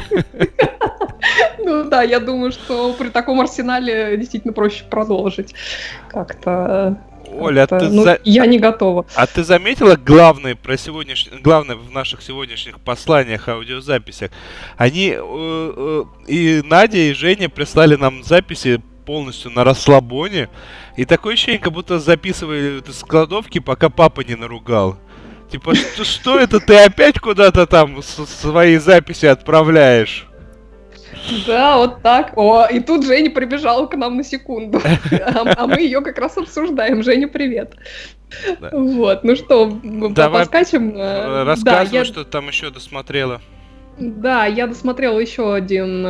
Ну да, я думаю, что при таком арсенале действительно проще продолжить. Как-то... Оля, как-то, ты ну, за... я не готова. А ты заметила главное про сегодняш... главное в наших сегодняшних посланиях, аудиозаписях? Они э, э, и Надя, и Женя прислали нам записи полностью на расслабоне. И такое ощущение, как будто записывали это с кладовки, пока папа не наругал. Типа, что, что это ты опять куда-то там свои записи отправляешь? Да, вот так. О, и тут Женя прибежала к нам на секунду. А, а мы ее как раз обсуждаем. Женя, привет. Да. Вот, ну что, давай поскачем? Рассказывай, да, я... что ты там еще досмотрела. Да, я досмотрела еще один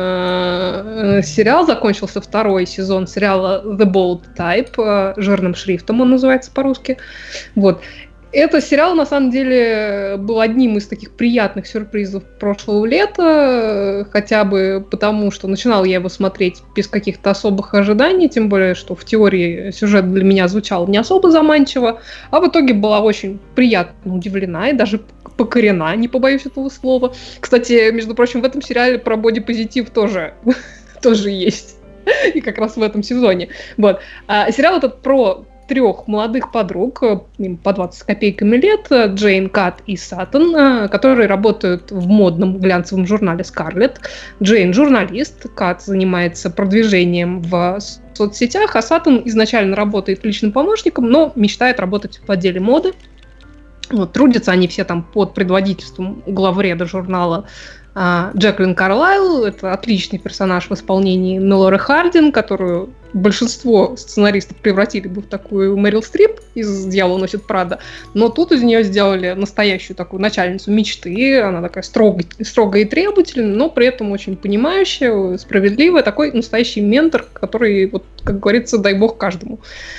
э, сериал, закончился второй сезон сериала The Bold Type, э, жирным шрифтом он называется по-русски. Вот. Этот сериал, на самом деле, был одним из таких приятных сюрпризов прошлого лета, хотя бы потому, что начинала я его смотреть без каких-то особых ожиданий, тем более, что в теории сюжет для меня звучал не особо заманчиво, а в итоге была очень приятно удивлена и даже покорена, не побоюсь этого слова. Кстати, между прочим, в этом сериале про бодипозитив тоже, тоже есть, и как раз в этом сезоне. Вот. А сериал этот про трех молодых подруг, им по двадцать с копейками лет, Джейн, Кат и Саттон, которые работают в модном глянцевом журнале «Скарлетт». Джейн – журналист, Кат занимается продвижением в соцсетях, а Саттон изначально работает личным помощником, но мечтает работать в отделе моды. Вот, трудятся они все там под предводительством главреда журнала а, Джеклин Карлайл. Это отличный персонаж в исполнении Мелоры Хардин, которую большинство сценаристов превратили бы в такую Мэрил Стрип из «Дьявол носит Прада», но тут из нее сделали настоящую такую начальницу мечты. Она такая строгая, строгая и требовательная, но при этом очень понимающая, справедливая, такой настоящий ментор, который, вот, как говорится, дай бог каждому.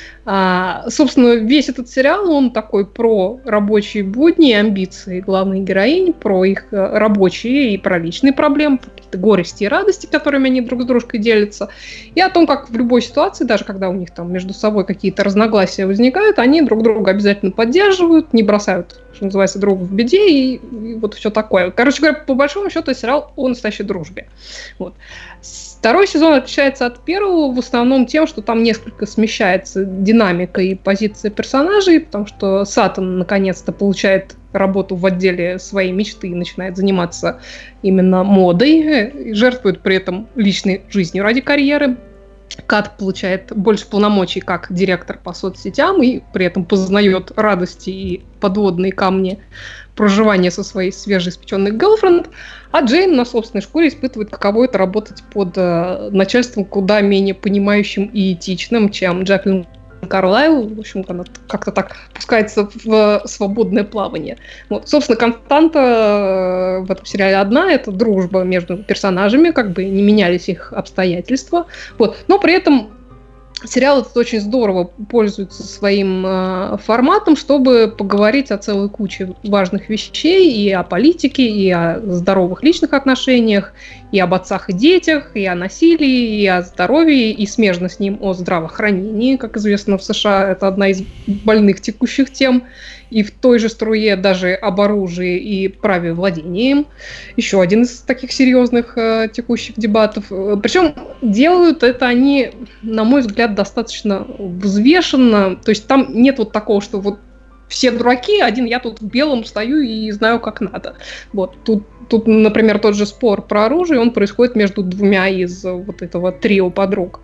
А, собственно, весь этот сериал, он такой про рабочие будни и амбиции главной героини, про их рабочие и про личные проблемы, какие-то горести и радости, которыми они друг с дружкой делятся, и о том, как в любой ситуации, даже когда у них там между собой какие-то разногласия возникают, они друг друга обязательно поддерживают, не бросают, что называется, друга в беде, и, и вот все такое. Короче говоря, по большому счету, сериал о настоящей дружбе. Вот. Второй сезон отличается от первого в основном тем, что там несколько смещается динамика и позиция персонажей, потому что Саттон наконец-то получает работу в отделе своей мечты и начинает заниматься именно модой, и жертвует при этом личной жизнью ради карьеры. Кат получает больше полномочий как директор по соцсетям и при этом познает радости и подводные камни проживания со своей свежеиспеченной girlfriend, а Джейн на собственной шкуре испытывает, каково это работать под э, начальством куда менее понимающим и этичным, чем Джеклин Карлайл. В общем, она как-то так пускается в свободное плавание. Вот. Собственно, константа в этом сериале одна — это дружба между персонажами, как бы не менялись их обстоятельства. Вот. Но при этом сериал этот очень здорово пользуется своим э, форматом, чтобы поговорить о целой куче важных вещей и о политике, и о здоровых личных отношениях, и об отцах и детях, и о насилии, и о здоровье, и смежно с ним о здравоохранении. Как известно, в США это одна из больных текущих тем. И в той же струе даже об оружии и праве владения им. Еще один из таких серьезных э, текущих дебатов. Причем делают это они, на мой взгляд, достаточно взвешенно. То есть там нет вот такого, что вот все дураки, один я тут в белом стою и знаю, как надо. Вот. Тут, тут, например, тот же спор про оружие, он происходит между двумя из вот этого трио подруг.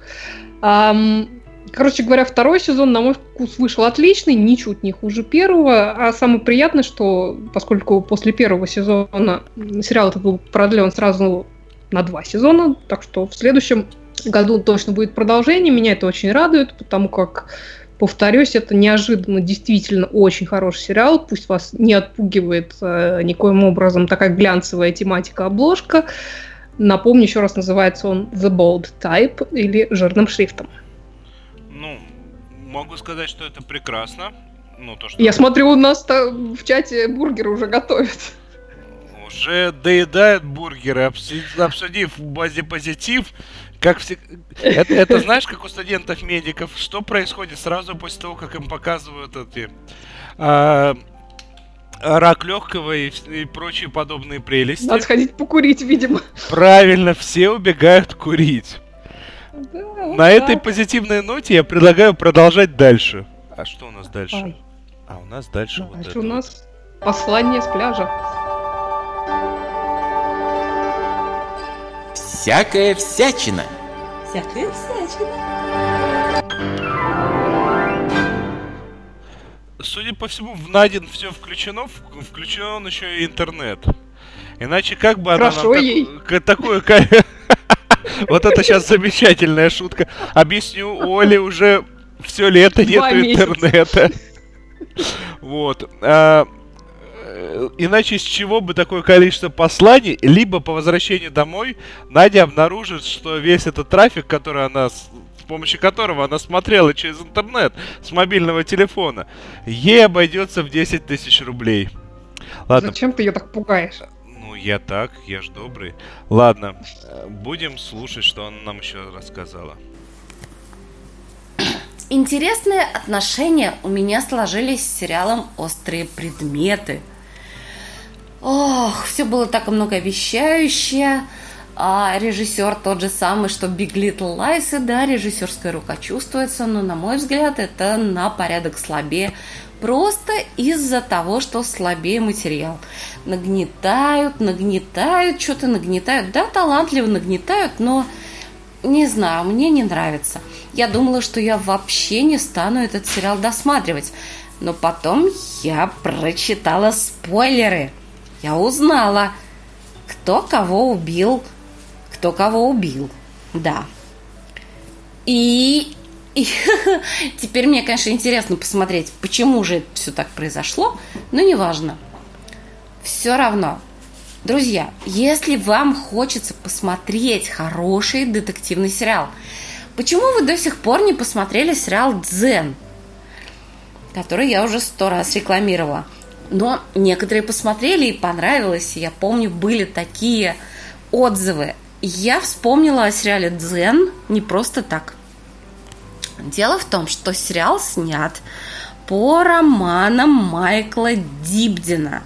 Um, Короче говоря, второй сезон, на мой вкус, вышел отличный, ничуть не хуже первого. А самое приятное, что поскольку после первого сезона сериал этот был продлен сразу на два сезона, так что в следующем году точно будет продолжение. Меня это очень радует, потому как Повторюсь, это неожиданно действительно очень хороший сериал. Пусть вас не отпугивает э, никоим образом такая глянцевая тематика, обложка. Напомню еще раз, называется он The Bold Type или жирным шрифтом. Ну, могу сказать, что это прекрасно. Ну, то, что... Я смотрю, у нас в чате бургеры уже готовят. Уже доедают бургеры, обсудив базипозитив. Как все... это, это знаешь, как у студентов-медиков, что происходит сразу после того, как им показывают эти а, рак легкого и, и прочие подобные прелести. Надо сходить покурить, видимо. Правильно, все убегают курить. Да, вот На так. этой позитивной ноте я предлагаю продолжать дальше. А что у нас дальше? Ай. А у нас дальше дальше вот это. у нас послание с пляжа. Всякая всячина. Всякая всячина. Судя по всему, в Надин все включено, включен еще и интернет. Иначе как бы она Хорошо нам ей. Так, такое... Вот это сейчас замечательная шутка. Объясню, у Оли уже все лето нету интернета. Вот. Иначе с чего бы такое количество посланий, либо по возвращению домой Надя обнаружит, что весь этот трафик, который она, с помощью которого она смотрела через интернет с мобильного телефона, ей обойдется в десять тысяч рублей. Ладно. Зачем ты ее так пугаешь? Ну, я так, я ж добрый. Ладно, будем слушать, что она нам еще рассказала. Интересные отношения у меня сложились с сериалом «Острые предметы». Ох, все было так многообещающе. А режиссер тот же самый, что Big Little Lies, и да, режиссерская рука чувствуется, но, на мой взгляд, это на порядок слабее. Просто из-за того, что слабее материал. Нагнетают, нагнетают, что-то нагнетают. Да, талантливо нагнетают, но, не знаю, мне не нравится. Я думала, что я вообще не стану этот сериал досматривать. Но потом я прочитала спойлеры. Я узнала, кто кого убил, кто кого убил. Да. И, и теперь мне, конечно, интересно посмотреть, почему же это все так произошло, но неважно. Все равно. Друзья, если вам хочется посмотреть хороший детективный сериал, почему вы до сих пор не посмотрели сериал «Дзен», который я уже сто раз рекламировала? Но некоторые посмотрели и понравилось. Я помню, были такие отзывы. Я вспомнила о сериале «Дзен» не просто так. Дело в том, что сериал снят по романам Майкла Дибдина.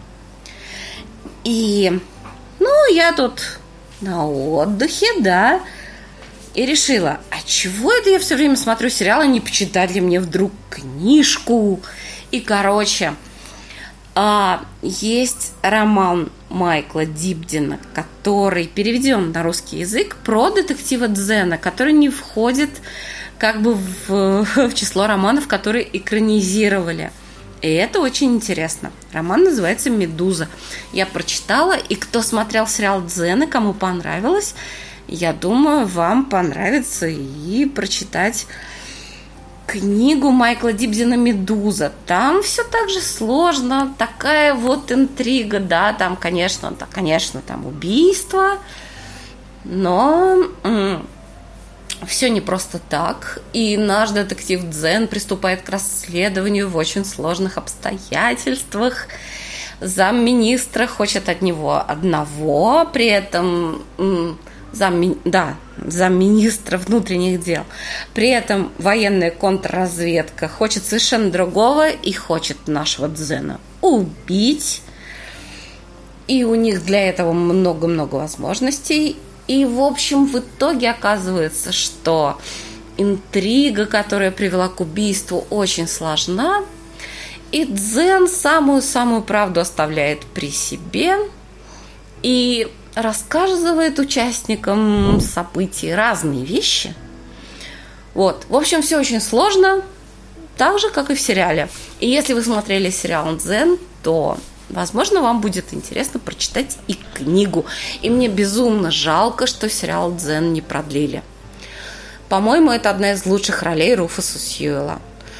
И, ну, я тут на отдыхе, да, и решила, а чего это я все время смотрю сериалы, не почитать ли мне вдруг книжку? И, короче, а, есть роман Майкла Дибдина, который переведен на русский язык, про детектива Дзена, который не входит как бы в, в число романов, которые экранизировали. И это очень интересно. Роман называется «Медуза». Я прочитала, и кто смотрел сериал «Дзен», и кому понравилось, я думаю, вам понравится и прочитать книгу Майкла Дибдина «Медуза». Там все так же сложно, такая вот интрига, да, там, конечно, да, конечно, там убийство, но м- все не просто так, и наш детектив Дзен приступает к расследованию в очень сложных обстоятельствах. Замминистра хочет от него одного, при этом... М- Зам, да, замминистра внутренних дел. При этом военная контрразведка хочет совершенно другого и хочет нашего Дзена убить. И у них для этого много-много возможностей. И, в общем, в итоге оказывается, что интрига, которая привела к убийству, очень сложна. И Дзен самую-самую правду оставляет при себе. И рассказывает участникам событий разные вещи. Вот. В общем, все очень сложно, так же, как и в сериале. И если вы смотрели сериал «Дзен», то, возможно, вам будет интересно прочитать и книгу. И мне безумно жалко, что сериал «Дзен» не продлили. По-моему, это одна из лучших ролей Руфуса Сьюэлла.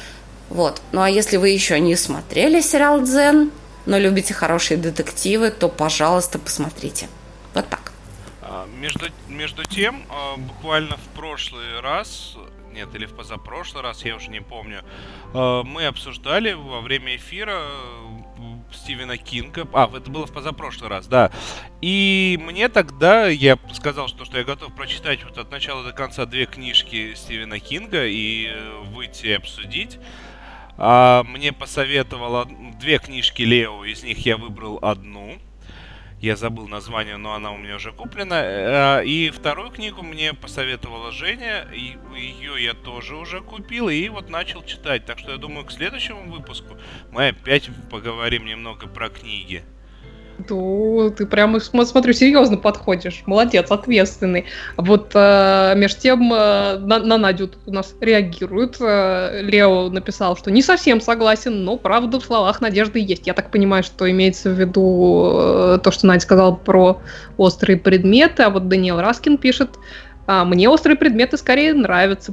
Вот. Ну а если вы еще не смотрели сериал «Дзен», но любите хорошие детективы, то, пожалуйста, посмотрите. Вот так. Между, между тем, буквально в прошлый раз, нет, или в позапрошлый раз, я уже не помню, мы обсуждали во время эфира Стивена Кинга. А, это было в позапрошлый раз, да. И мне тогда, я сказал, что, что я готов прочитать вот от начала до конца две книжки Стивена Кинга и выйти и обсудить. А мне посоветовала две книжки Лео, из них я выбрал одну. Я забыл название, но она у меня уже куплена. И вторую книгу мне посоветовала Женя. И ее я тоже уже купил. И вот начал читать. Так что я думаю, к следующему выпуску мы опять поговорим немного про книги. Ну, ты прямо, смотрю, серьезно подходишь. Молодец, ответственный. Вот э, между тем э, на, на Надю тут у нас реагируют. Э, Лео написал, что не совсем согласен, но правда в словах надежды есть. Я так понимаю, что имеется в виду э, то, что Надя сказала про острые предметы. А вот Даниэл Раскин пишет, а, мне острые предметы скорее нравятся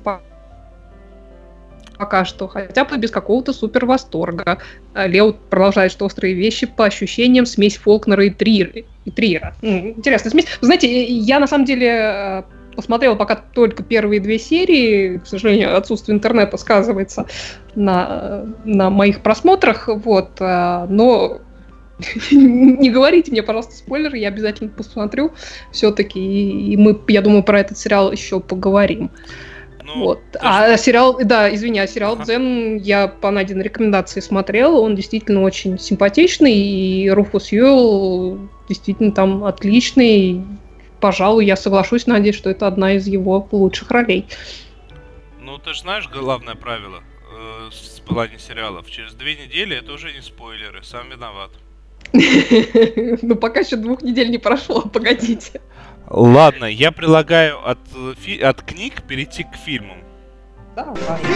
пока что, хотя бы без какого-то супер восторга. Лео продолжает, что острые вещи по ощущениям смесь Фолкнера и Триера. И Триера. Интересная смесь. Вы знаете, я на самом деле посмотрела пока только первые две серии. К сожалению, отсутствие интернета сказывается на, на моих просмотрах. Вот. Но не говорите мне, пожалуйста, спойлеры, я обязательно посмотрю все-таки. И мы, я думаю, про этот сериал еще поговорим. Ну, вот. А сериал, да, извини, а сериал ага. «Дзен» я по Надиной рекомендации смотрела, он действительно очень симпатичный, и Руфус Юэлл действительно там отличный. Пожалуй, я соглашусь, Надя, что это одна из его лучших ролей. Ну, ты же знаешь главное правило э, в плане сериалов. Через две недели это уже не спойлеры, сам виноват. Ну, пока еще двух недель не прошло, погодите. Ладно, я предлагаю от, фи- от книг перейти к фильмам. Давай.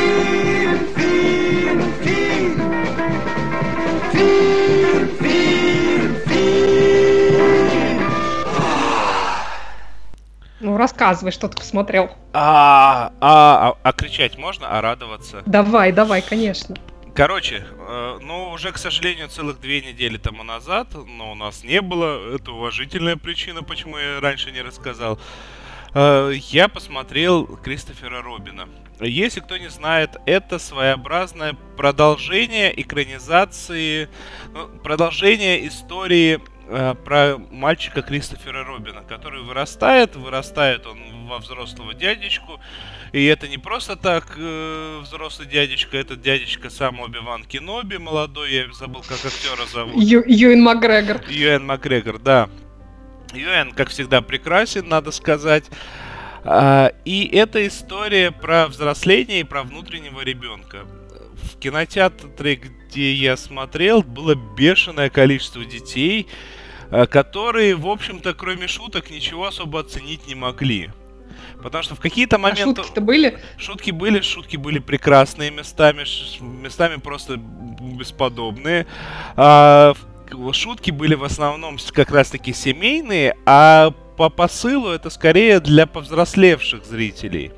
Ну, рассказывай, что ты посмотрел. А, а, а, а кричать можно, а радоваться? Давай, давай, конечно. Короче, э, ну, уже, к сожалению, целых две недели тому назад, но у нас не было, это уважительная причина, почему я раньше не рассказал, э, я посмотрел Кристофера Робина. Если кто не знает, это своеобразное продолжение экранизации, ну, продолжение истории э, про мальчика Кристофера Робина, который вырастает, вырастает он во взрослого дядечку. И это не просто так э, взрослый дядечка, это дядечка сам Оби-Ван Кеноби, молодой, я забыл, как актера зовут. Ю, Юэн Макгрегор. Юэн Макгрегор, да. Юэн, как всегда, прекрасен, надо сказать. А, и это история про взросление и про внутреннего ребенка. В кинотеатре, где я смотрел, было бешеное количество детей, которые, в общем-то, кроме шуток, ничего особо оценить не могли. Потому что в какие-то моменты... А шутки-то были? Шутки были, шутки были прекрасные местами, местами просто бесподобные. А, шутки были в основном как раз-таки семейные, а по посылу это скорее для повзрослевших зрителей.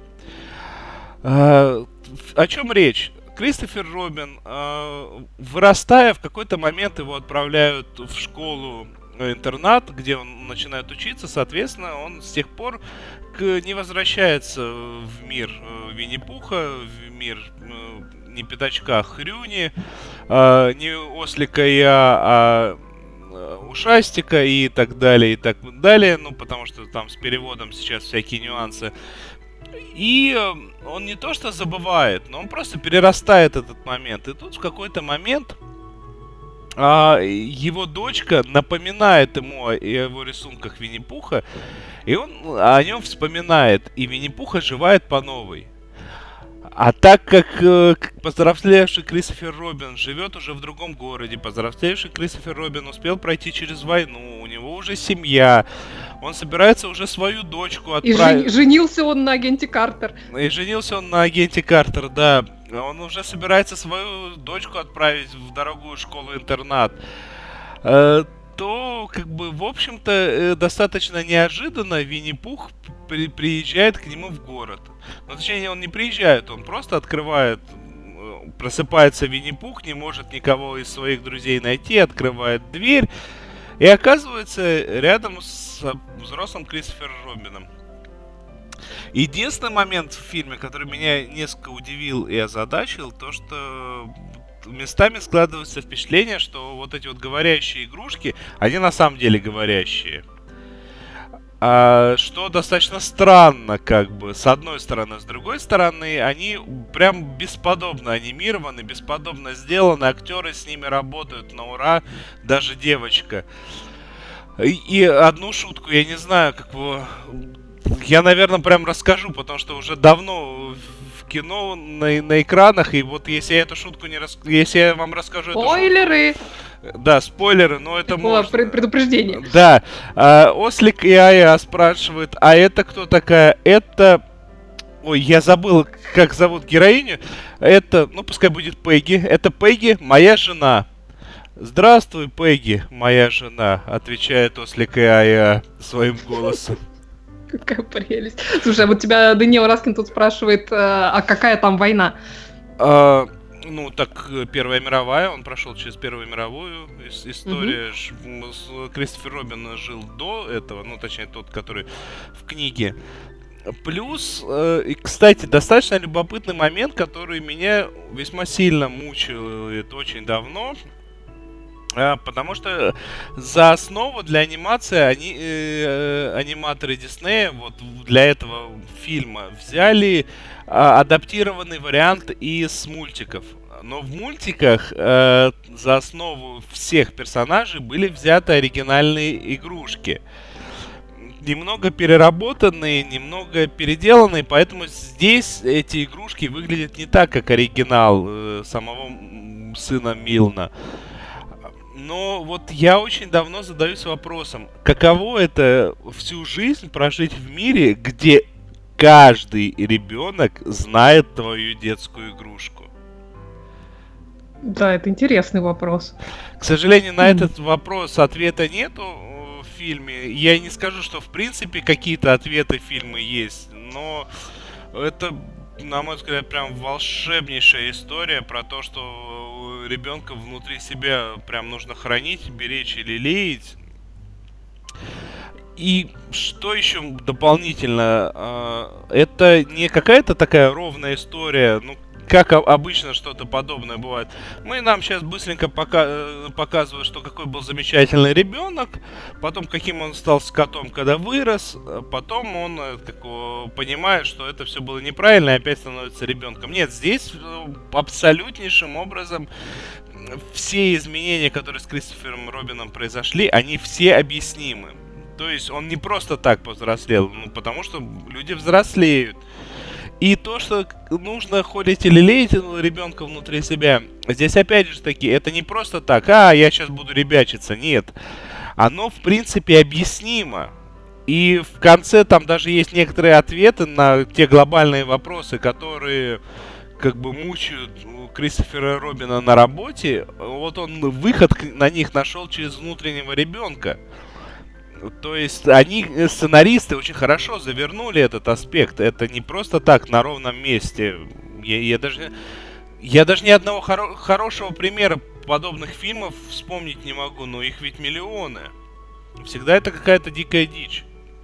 А, о чем речь? Кристофер Робин, а, вырастая, в какой-то момент его отправляют в школу интернат, где он начинает учиться, соответственно, он с тех пор не возвращается в мир Винни-Пуха, в мир не пятачка Хрюни, не ослика Я, а ушастика и так далее, и так далее, ну, потому что там с переводом сейчас всякие нюансы. И он не то что забывает, но он просто перерастает этот момент. И тут в какой-то момент а, его дочка напоминает ему о его рисунках Винни-Пуха, и он о нем вспоминает, и Винни-Пух оживает по новой. А так как э, повзрослевший Кристофер Робин живет уже в другом городе, повзрослевший Кристофер Робин успел пройти через войну, у него уже семья, он собирается уже свою дочку отправить. И женился он на агенте Картер. И женился он на агенте Картер, да. Он уже собирается свою дочку отправить в дорогую школу-интернат. Э, то, как бы, в общем-то, э, достаточно неожиданно Винни-Пух при- приезжает к нему в город. Но, точнее, он не приезжает, он просто открывает просыпается Винни-Пух, не может никого из своих друзей найти, открывает дверь и оказывается рядом с взрослым Кристофером Робином. Единственный момент в фильме, который меня несколько удивил и озадачил, то что местами складывается впечатление, что вот эти вот говорящие игрушки, они на самом деле говорящие. А, что достаточно странно, как бы, с одной стороны. С другой стороны, они прям бесподобно анимированы, бесподобно сделаны, актеры с ними работают на ура, даже девочка. И, и одну шутку, я не знаю, как бы... Я, наверное, прям расскажу, потому что уже давно в кино на, на экранах, и вот если я эту шутку не рас... если я вам расскажу эту Спойлеры! шутку... Да, спойлеры, но это можно... Пред- предупреждение. Да. А, Ослик и Ая спрашивают, а это кто такая? Это... Ой, я забыл, как зовут героиню. Это, ну, пускай будет Пегги. Это Пегги, моя жена. Здравствуй, Пегги, моя жена, отвечает Ослик и Ая своим голосом. Какая прелесть. Слушай, а вот тебя Дэниел Раскин тут спрашивает, а какая там война? А, ну, так, Первая мировая, он прошел через Первую мировую. История, угу. Кристофер Робин жил до этого, ну, точнее, тот, который в книге. Плюс, и, кстати, достаточно любопытный момент, который меня весьма сильно мучил очень давно. Потому что за основу для анимации они, э, аниматоры Диснея вот для этого фильма взяли э, адаптированный вариант из мультиков. Но в мультиках э, за основу всех персонажей были взяты оригинальные игрушки. Немного переработанные, немного переделанные, поэтому здесь эти игрушки выглядят не так, как оригинал э, самого сына Милна. Но вот я очень давно задаюсь вопросом, каково это всю жизнь прожить в мире, где каждый ребенок знает твою детскую игрушку? Да, это интересный вопрос. К сожалению, на этот вопрос ответа нету в фильме. Я не скажу, что в принципе какие-то ответы в фильме есть, но это, на мой взгляд, прям волшебнейшая история про то, что ребенка внутри себя прям нужно хранить, беречь и лелеять. И что еще дополнительно? Это не какая-то такая ровная история, ну, как обычно что-то подобное бывает. Мы нам сейчас быстренько пока- показывают, что какой был замечательный ребенок, потом каким он стал с котом, когда вырос, потом он такого, понимает, что это все было неправильно и опять становится ребенком. Нет, здесь абсолютнейшим образом все изменения, которые с Кристофером Робином произошли, они все объяснимы. То есть он не просто так повзрослел, ну, потому что люди взрослеют. И то, что нужно ходить и лелеять ребенка внутри себя, здесь опять же таки, это не просто так, а, я сейчас буду ребячиться, нет. Оно, в принципе, объяснимо. И в конце там даже есть некоторые ответы на те глобальные вопросы, которые как бы мучают Кристофера Робина на работе. Вот он выход на них нашел через внутреннего ребенка. То есть они, сценаристы, очень хорошо завернули этот аспект. Это не просто так на ровном месте. Я, я даже, я даже ни одного хоро- хорошего примера подобных фильмов вспомнить не могу, но их ведь миллионы. Всегда это какая-то дикая дичь.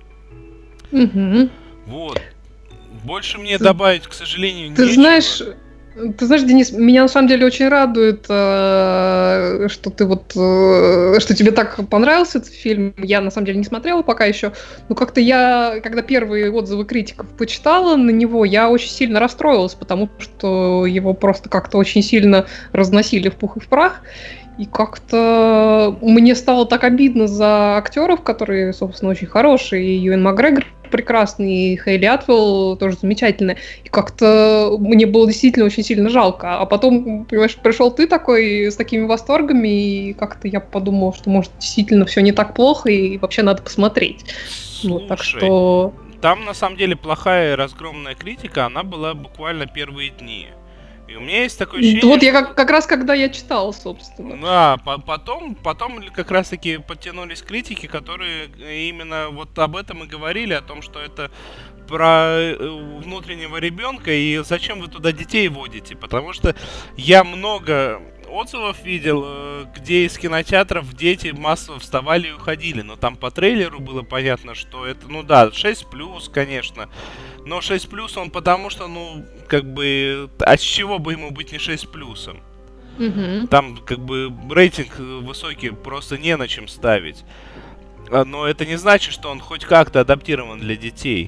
Угу. Вот. Больше мне ты, добавить, к сожалению, ты нечего. Знаешь, ты знаешь, Денис, меня на самом деле очень радует, э, что ты вот, э, что тебе так понравился этот фильм. Я на самом деле не смотрела пока еще, но как-то я, когда первые отзывы критиков почитала на него, я очень сильно расстроилась, потому что его просто как-то очень сильно разносили в пух и в прах. И как-то мне стало так обидно за актеров, которые, собственно, очень хорошие. И Юэн Макгрегор прекрасный, и Хейли Атвелл тоже замечательная. И как-то мне было действительно очень сильно жалко. А потом, понимаешь, пришел ты такой с такими восторгами, и как-то я подумала, что, может, действительно все не так плохо, и вообще надо посмотреть. Слушай, вот, так что... там, на самом деле, плохая разгромная критика, она была буквально первые дни. И у меня есть такое ощущение... Вот я как, как раз когда я читал, собственно. Да, по- потом, потом как раз-таки подтянулись критики, которые именно вот об этом и говорили, о том, что это про внутреннего ребенка и зачем вы туда детей водите. Потому что я много отзывов видел, где из кинотеатров дети массово вставали и уходили. Но там по трейлеру было понятно, что это, ну да, шесть плюс, конечно. Но шесть плюс он потому что, ну, как бы, а с чего бы ему быть не шесть плюсом? Угу. Там, как бы, рейтинг высокий, просто не на чем ставить. Но это не значит, что он хоть как-то адаптирован для детей.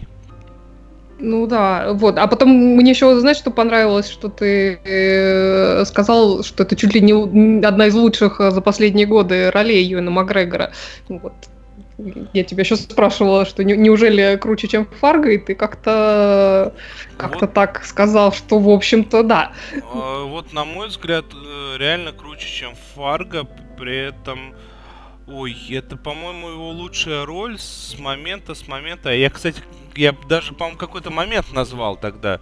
Ну да, вот. А потом мне еще, знаешь, что понравилось, что ты э, сказал, что это чуть ли не одна из лучших за последние годы ролей Юэна Макгрегора. Вот. Я тебя сейчас спрашивала, что не, неужели круче, чем Фарго, и ты как-то как-то Вот. так сказал, что, в общем-то, да. А, Вот, на мой взгляд, э, реально круче, чем Фарго. При этом, ой, это, по-моему, его лучшая роль с момента, с момента. Я, кстати, я даже, по-моему, какой-то момент назвал тогда.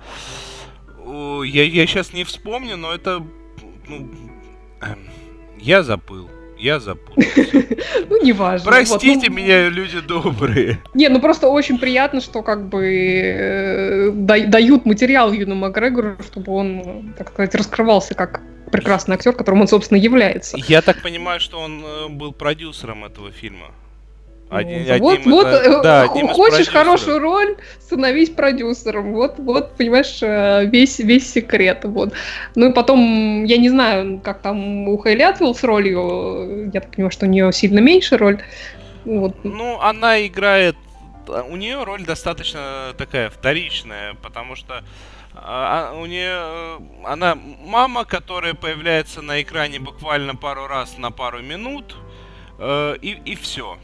О, Я, я сейчас не вспомню, но это, ну, эм, я забыл. Я запутался. Ну, неважно. Простите Вот, ну, меня, люди добрые. Не, ну просто очень приятно, что как бы э, да- дают материал Юэну Макгрегору, чтобы он, так сказать, раскрывался как прекрасный актер, которым он, собственно, является. Я так понимаю, что он э, был продюсером этого фильма. Один- Ну, вот, одним вот, из- э, да, х- одним из хочешь продюсеров. хорошую роль, становись продюсером. Вот, вот, понимаешь, э, весь, весь секрет. Вот. Ну и потом, я не знаю, как там у Хейли Атвилл с ролью, я так понимаю, что у нее сильно меньше роль. Вот. Ну, она играет... У нее роль достаточно такая вторичная, потому что а, а, у нее... Она мама, которая появляется на экране буквально пару раз на пару минут, э, и, и все.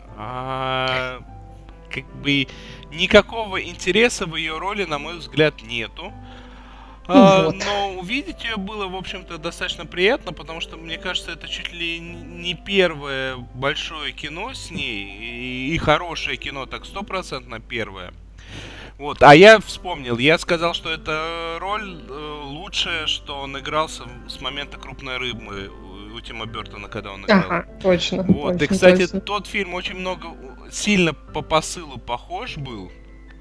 А, как бы никакого интереса в ее роли, на мой взгляд, нету. А, Вот. но увидеть ее было, в общем-то, достаточно приятно, потому что, мне кажется, это чуть ли не первое большое кино с ней, и, и хорошее кино, так стопроцентно первое. Вот, а я вспомнил, я сказал, что эта роль э, лучшая, что он игрался с момента «Крупной рыбы» у, у Тима Бёртона, когда он играл. Ага, точно. Вот, и, точно, кстати, точно. тот фильм очень много, сильно по посылу похож был.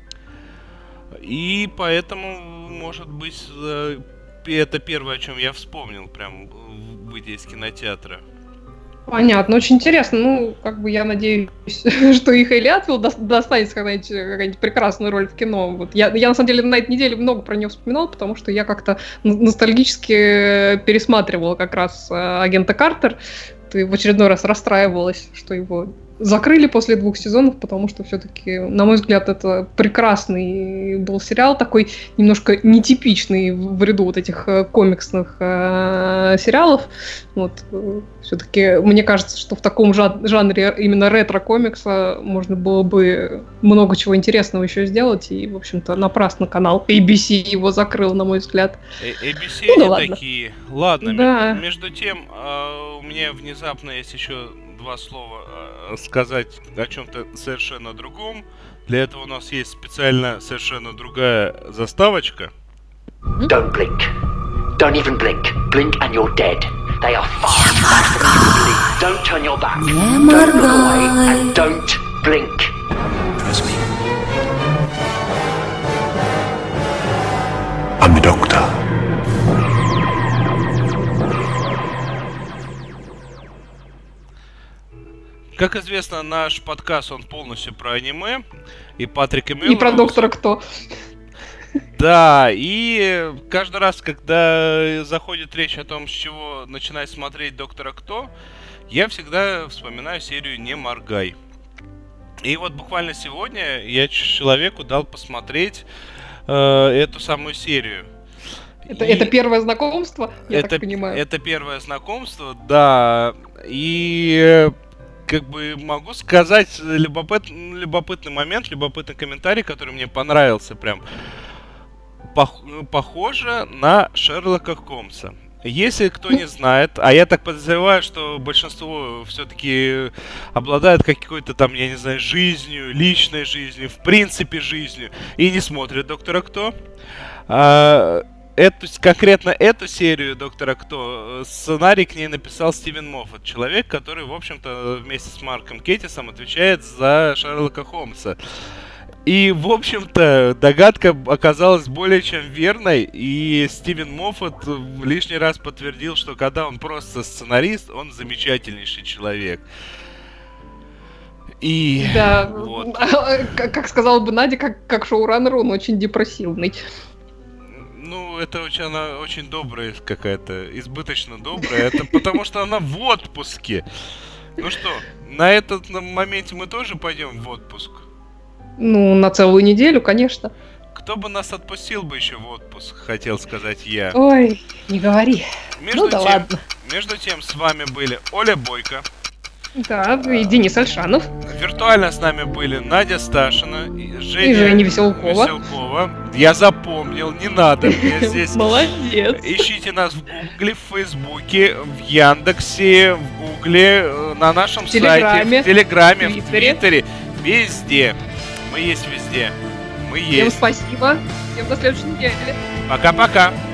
И поэтому, может быть, э, это первое, о чем я вспомнил, прям в- выйдя из кинотеатра. Понятно, очень интересно. Ну, как бы я надеюсь, что и Хейли Атвилл дос- достанется когда-нибудь э, какая-нибудь прекрасную роль в кино. Вот. Я, я, на самом деле, на этой неделе много про нее вспоминала, потому что я как-то н- ностальгически э, пересматривала как раз э, «Агента Картер». Ты в очередной раз расстраивалась, что его закрыли после двух сезонов, потому что все-таки, на мой взгляд, это прекрасный был сериал, такой немножко нетипичный в в ряду вот этих э, комиксных э, сериалов. Вот, все-таки мне кажется, что в таком жа- жанре именно ретро-комикса можно было бы много чего интересного еще сделать, и, в общем-то, напрасно канал эй би си его закрыл, на мой взгляд. Э, эй би си Ну да они ладно. такие. Ладно, ме- Да. между тем, а, у меня внезапно есть еще два слова а, сказать о чем-то совершенно другом. Для этого у нас есть специально совершенно другая заставочка. Don't blink. Don't even blink. Blink and you're dead. They are far too fast for you to believe. Don't turn your back. Не Don't look away моргай. and don't blink. Trust me. I'm the doctor. Как известно, наш подкаст, он полностью про аниме. И Патрик и Мелроуз... И про Доктора Кто. Да, и каждый раз, когда заходит речь о том, с чего начинать смотреть Доктора Кто, я всегда вспоминаю серию «Не моргай». И вот буквально сегодня я человеку дал посмотреть э, эту самую серию. Это, И это первое знакомство, я это, так понимаю. это первое знакомство, да. И э, как бы могу сказать любопыт, любопытный момент, любопытный комментарий, который мне понравился прям. Пох- похоже на Шерлока Холмса. Если кто не знает, а я так подозреваю, что большинство все-таки обладает какой-то там, я не знаю, жизнью, личной жизнью, в принципе жизнью, и не смотрят Доктора Кто. А, эту, конкретно эту серию Доктора Кто, сценарий к ней написал Стивен Моффат, человек, который, в общем-то, вместе с Марком Кеттисом отвечает за Шерлока Холмса. И, в общем-то, догадка оказалась более чем верной, и Стивен Моффат лишний раз подтвердил, что когда он просто сценарист, он замечательнейший человек. И Да, вот. как, как сказала бы Надя, как, как шоураннер, он очень депрессивный. Ну, это очень, она очень добрая какая-то, избыточно добрая, это потому что она в отпуске. Ну что, на этом моменте мы тоже пойдем в отпуск? Ну, на целую неделю, конечно. Кто бы нас отпустил бы еще в отпуск, хотел сказать я. Ой, не говори. Между Ну да тем, ладно. Между тем, с вами были Оля Бойко. Да, и Денис Альшанов. Виртуально с нами были Надя Сташина и Женя, И Женя Веселкова. Веселкова. Я запомнил, не надо мне здесь. Молодец. Ищите нас в Гугле, в Фейсбуке, в Яндексе, в Гугле, на нашем В Телеграме, сайте, в Телеграме, в Твиттере. Твиттере. Везде. Мы есть везде. Мы Всем есть. спасибо. Всем до следующей недели. Пока-пока.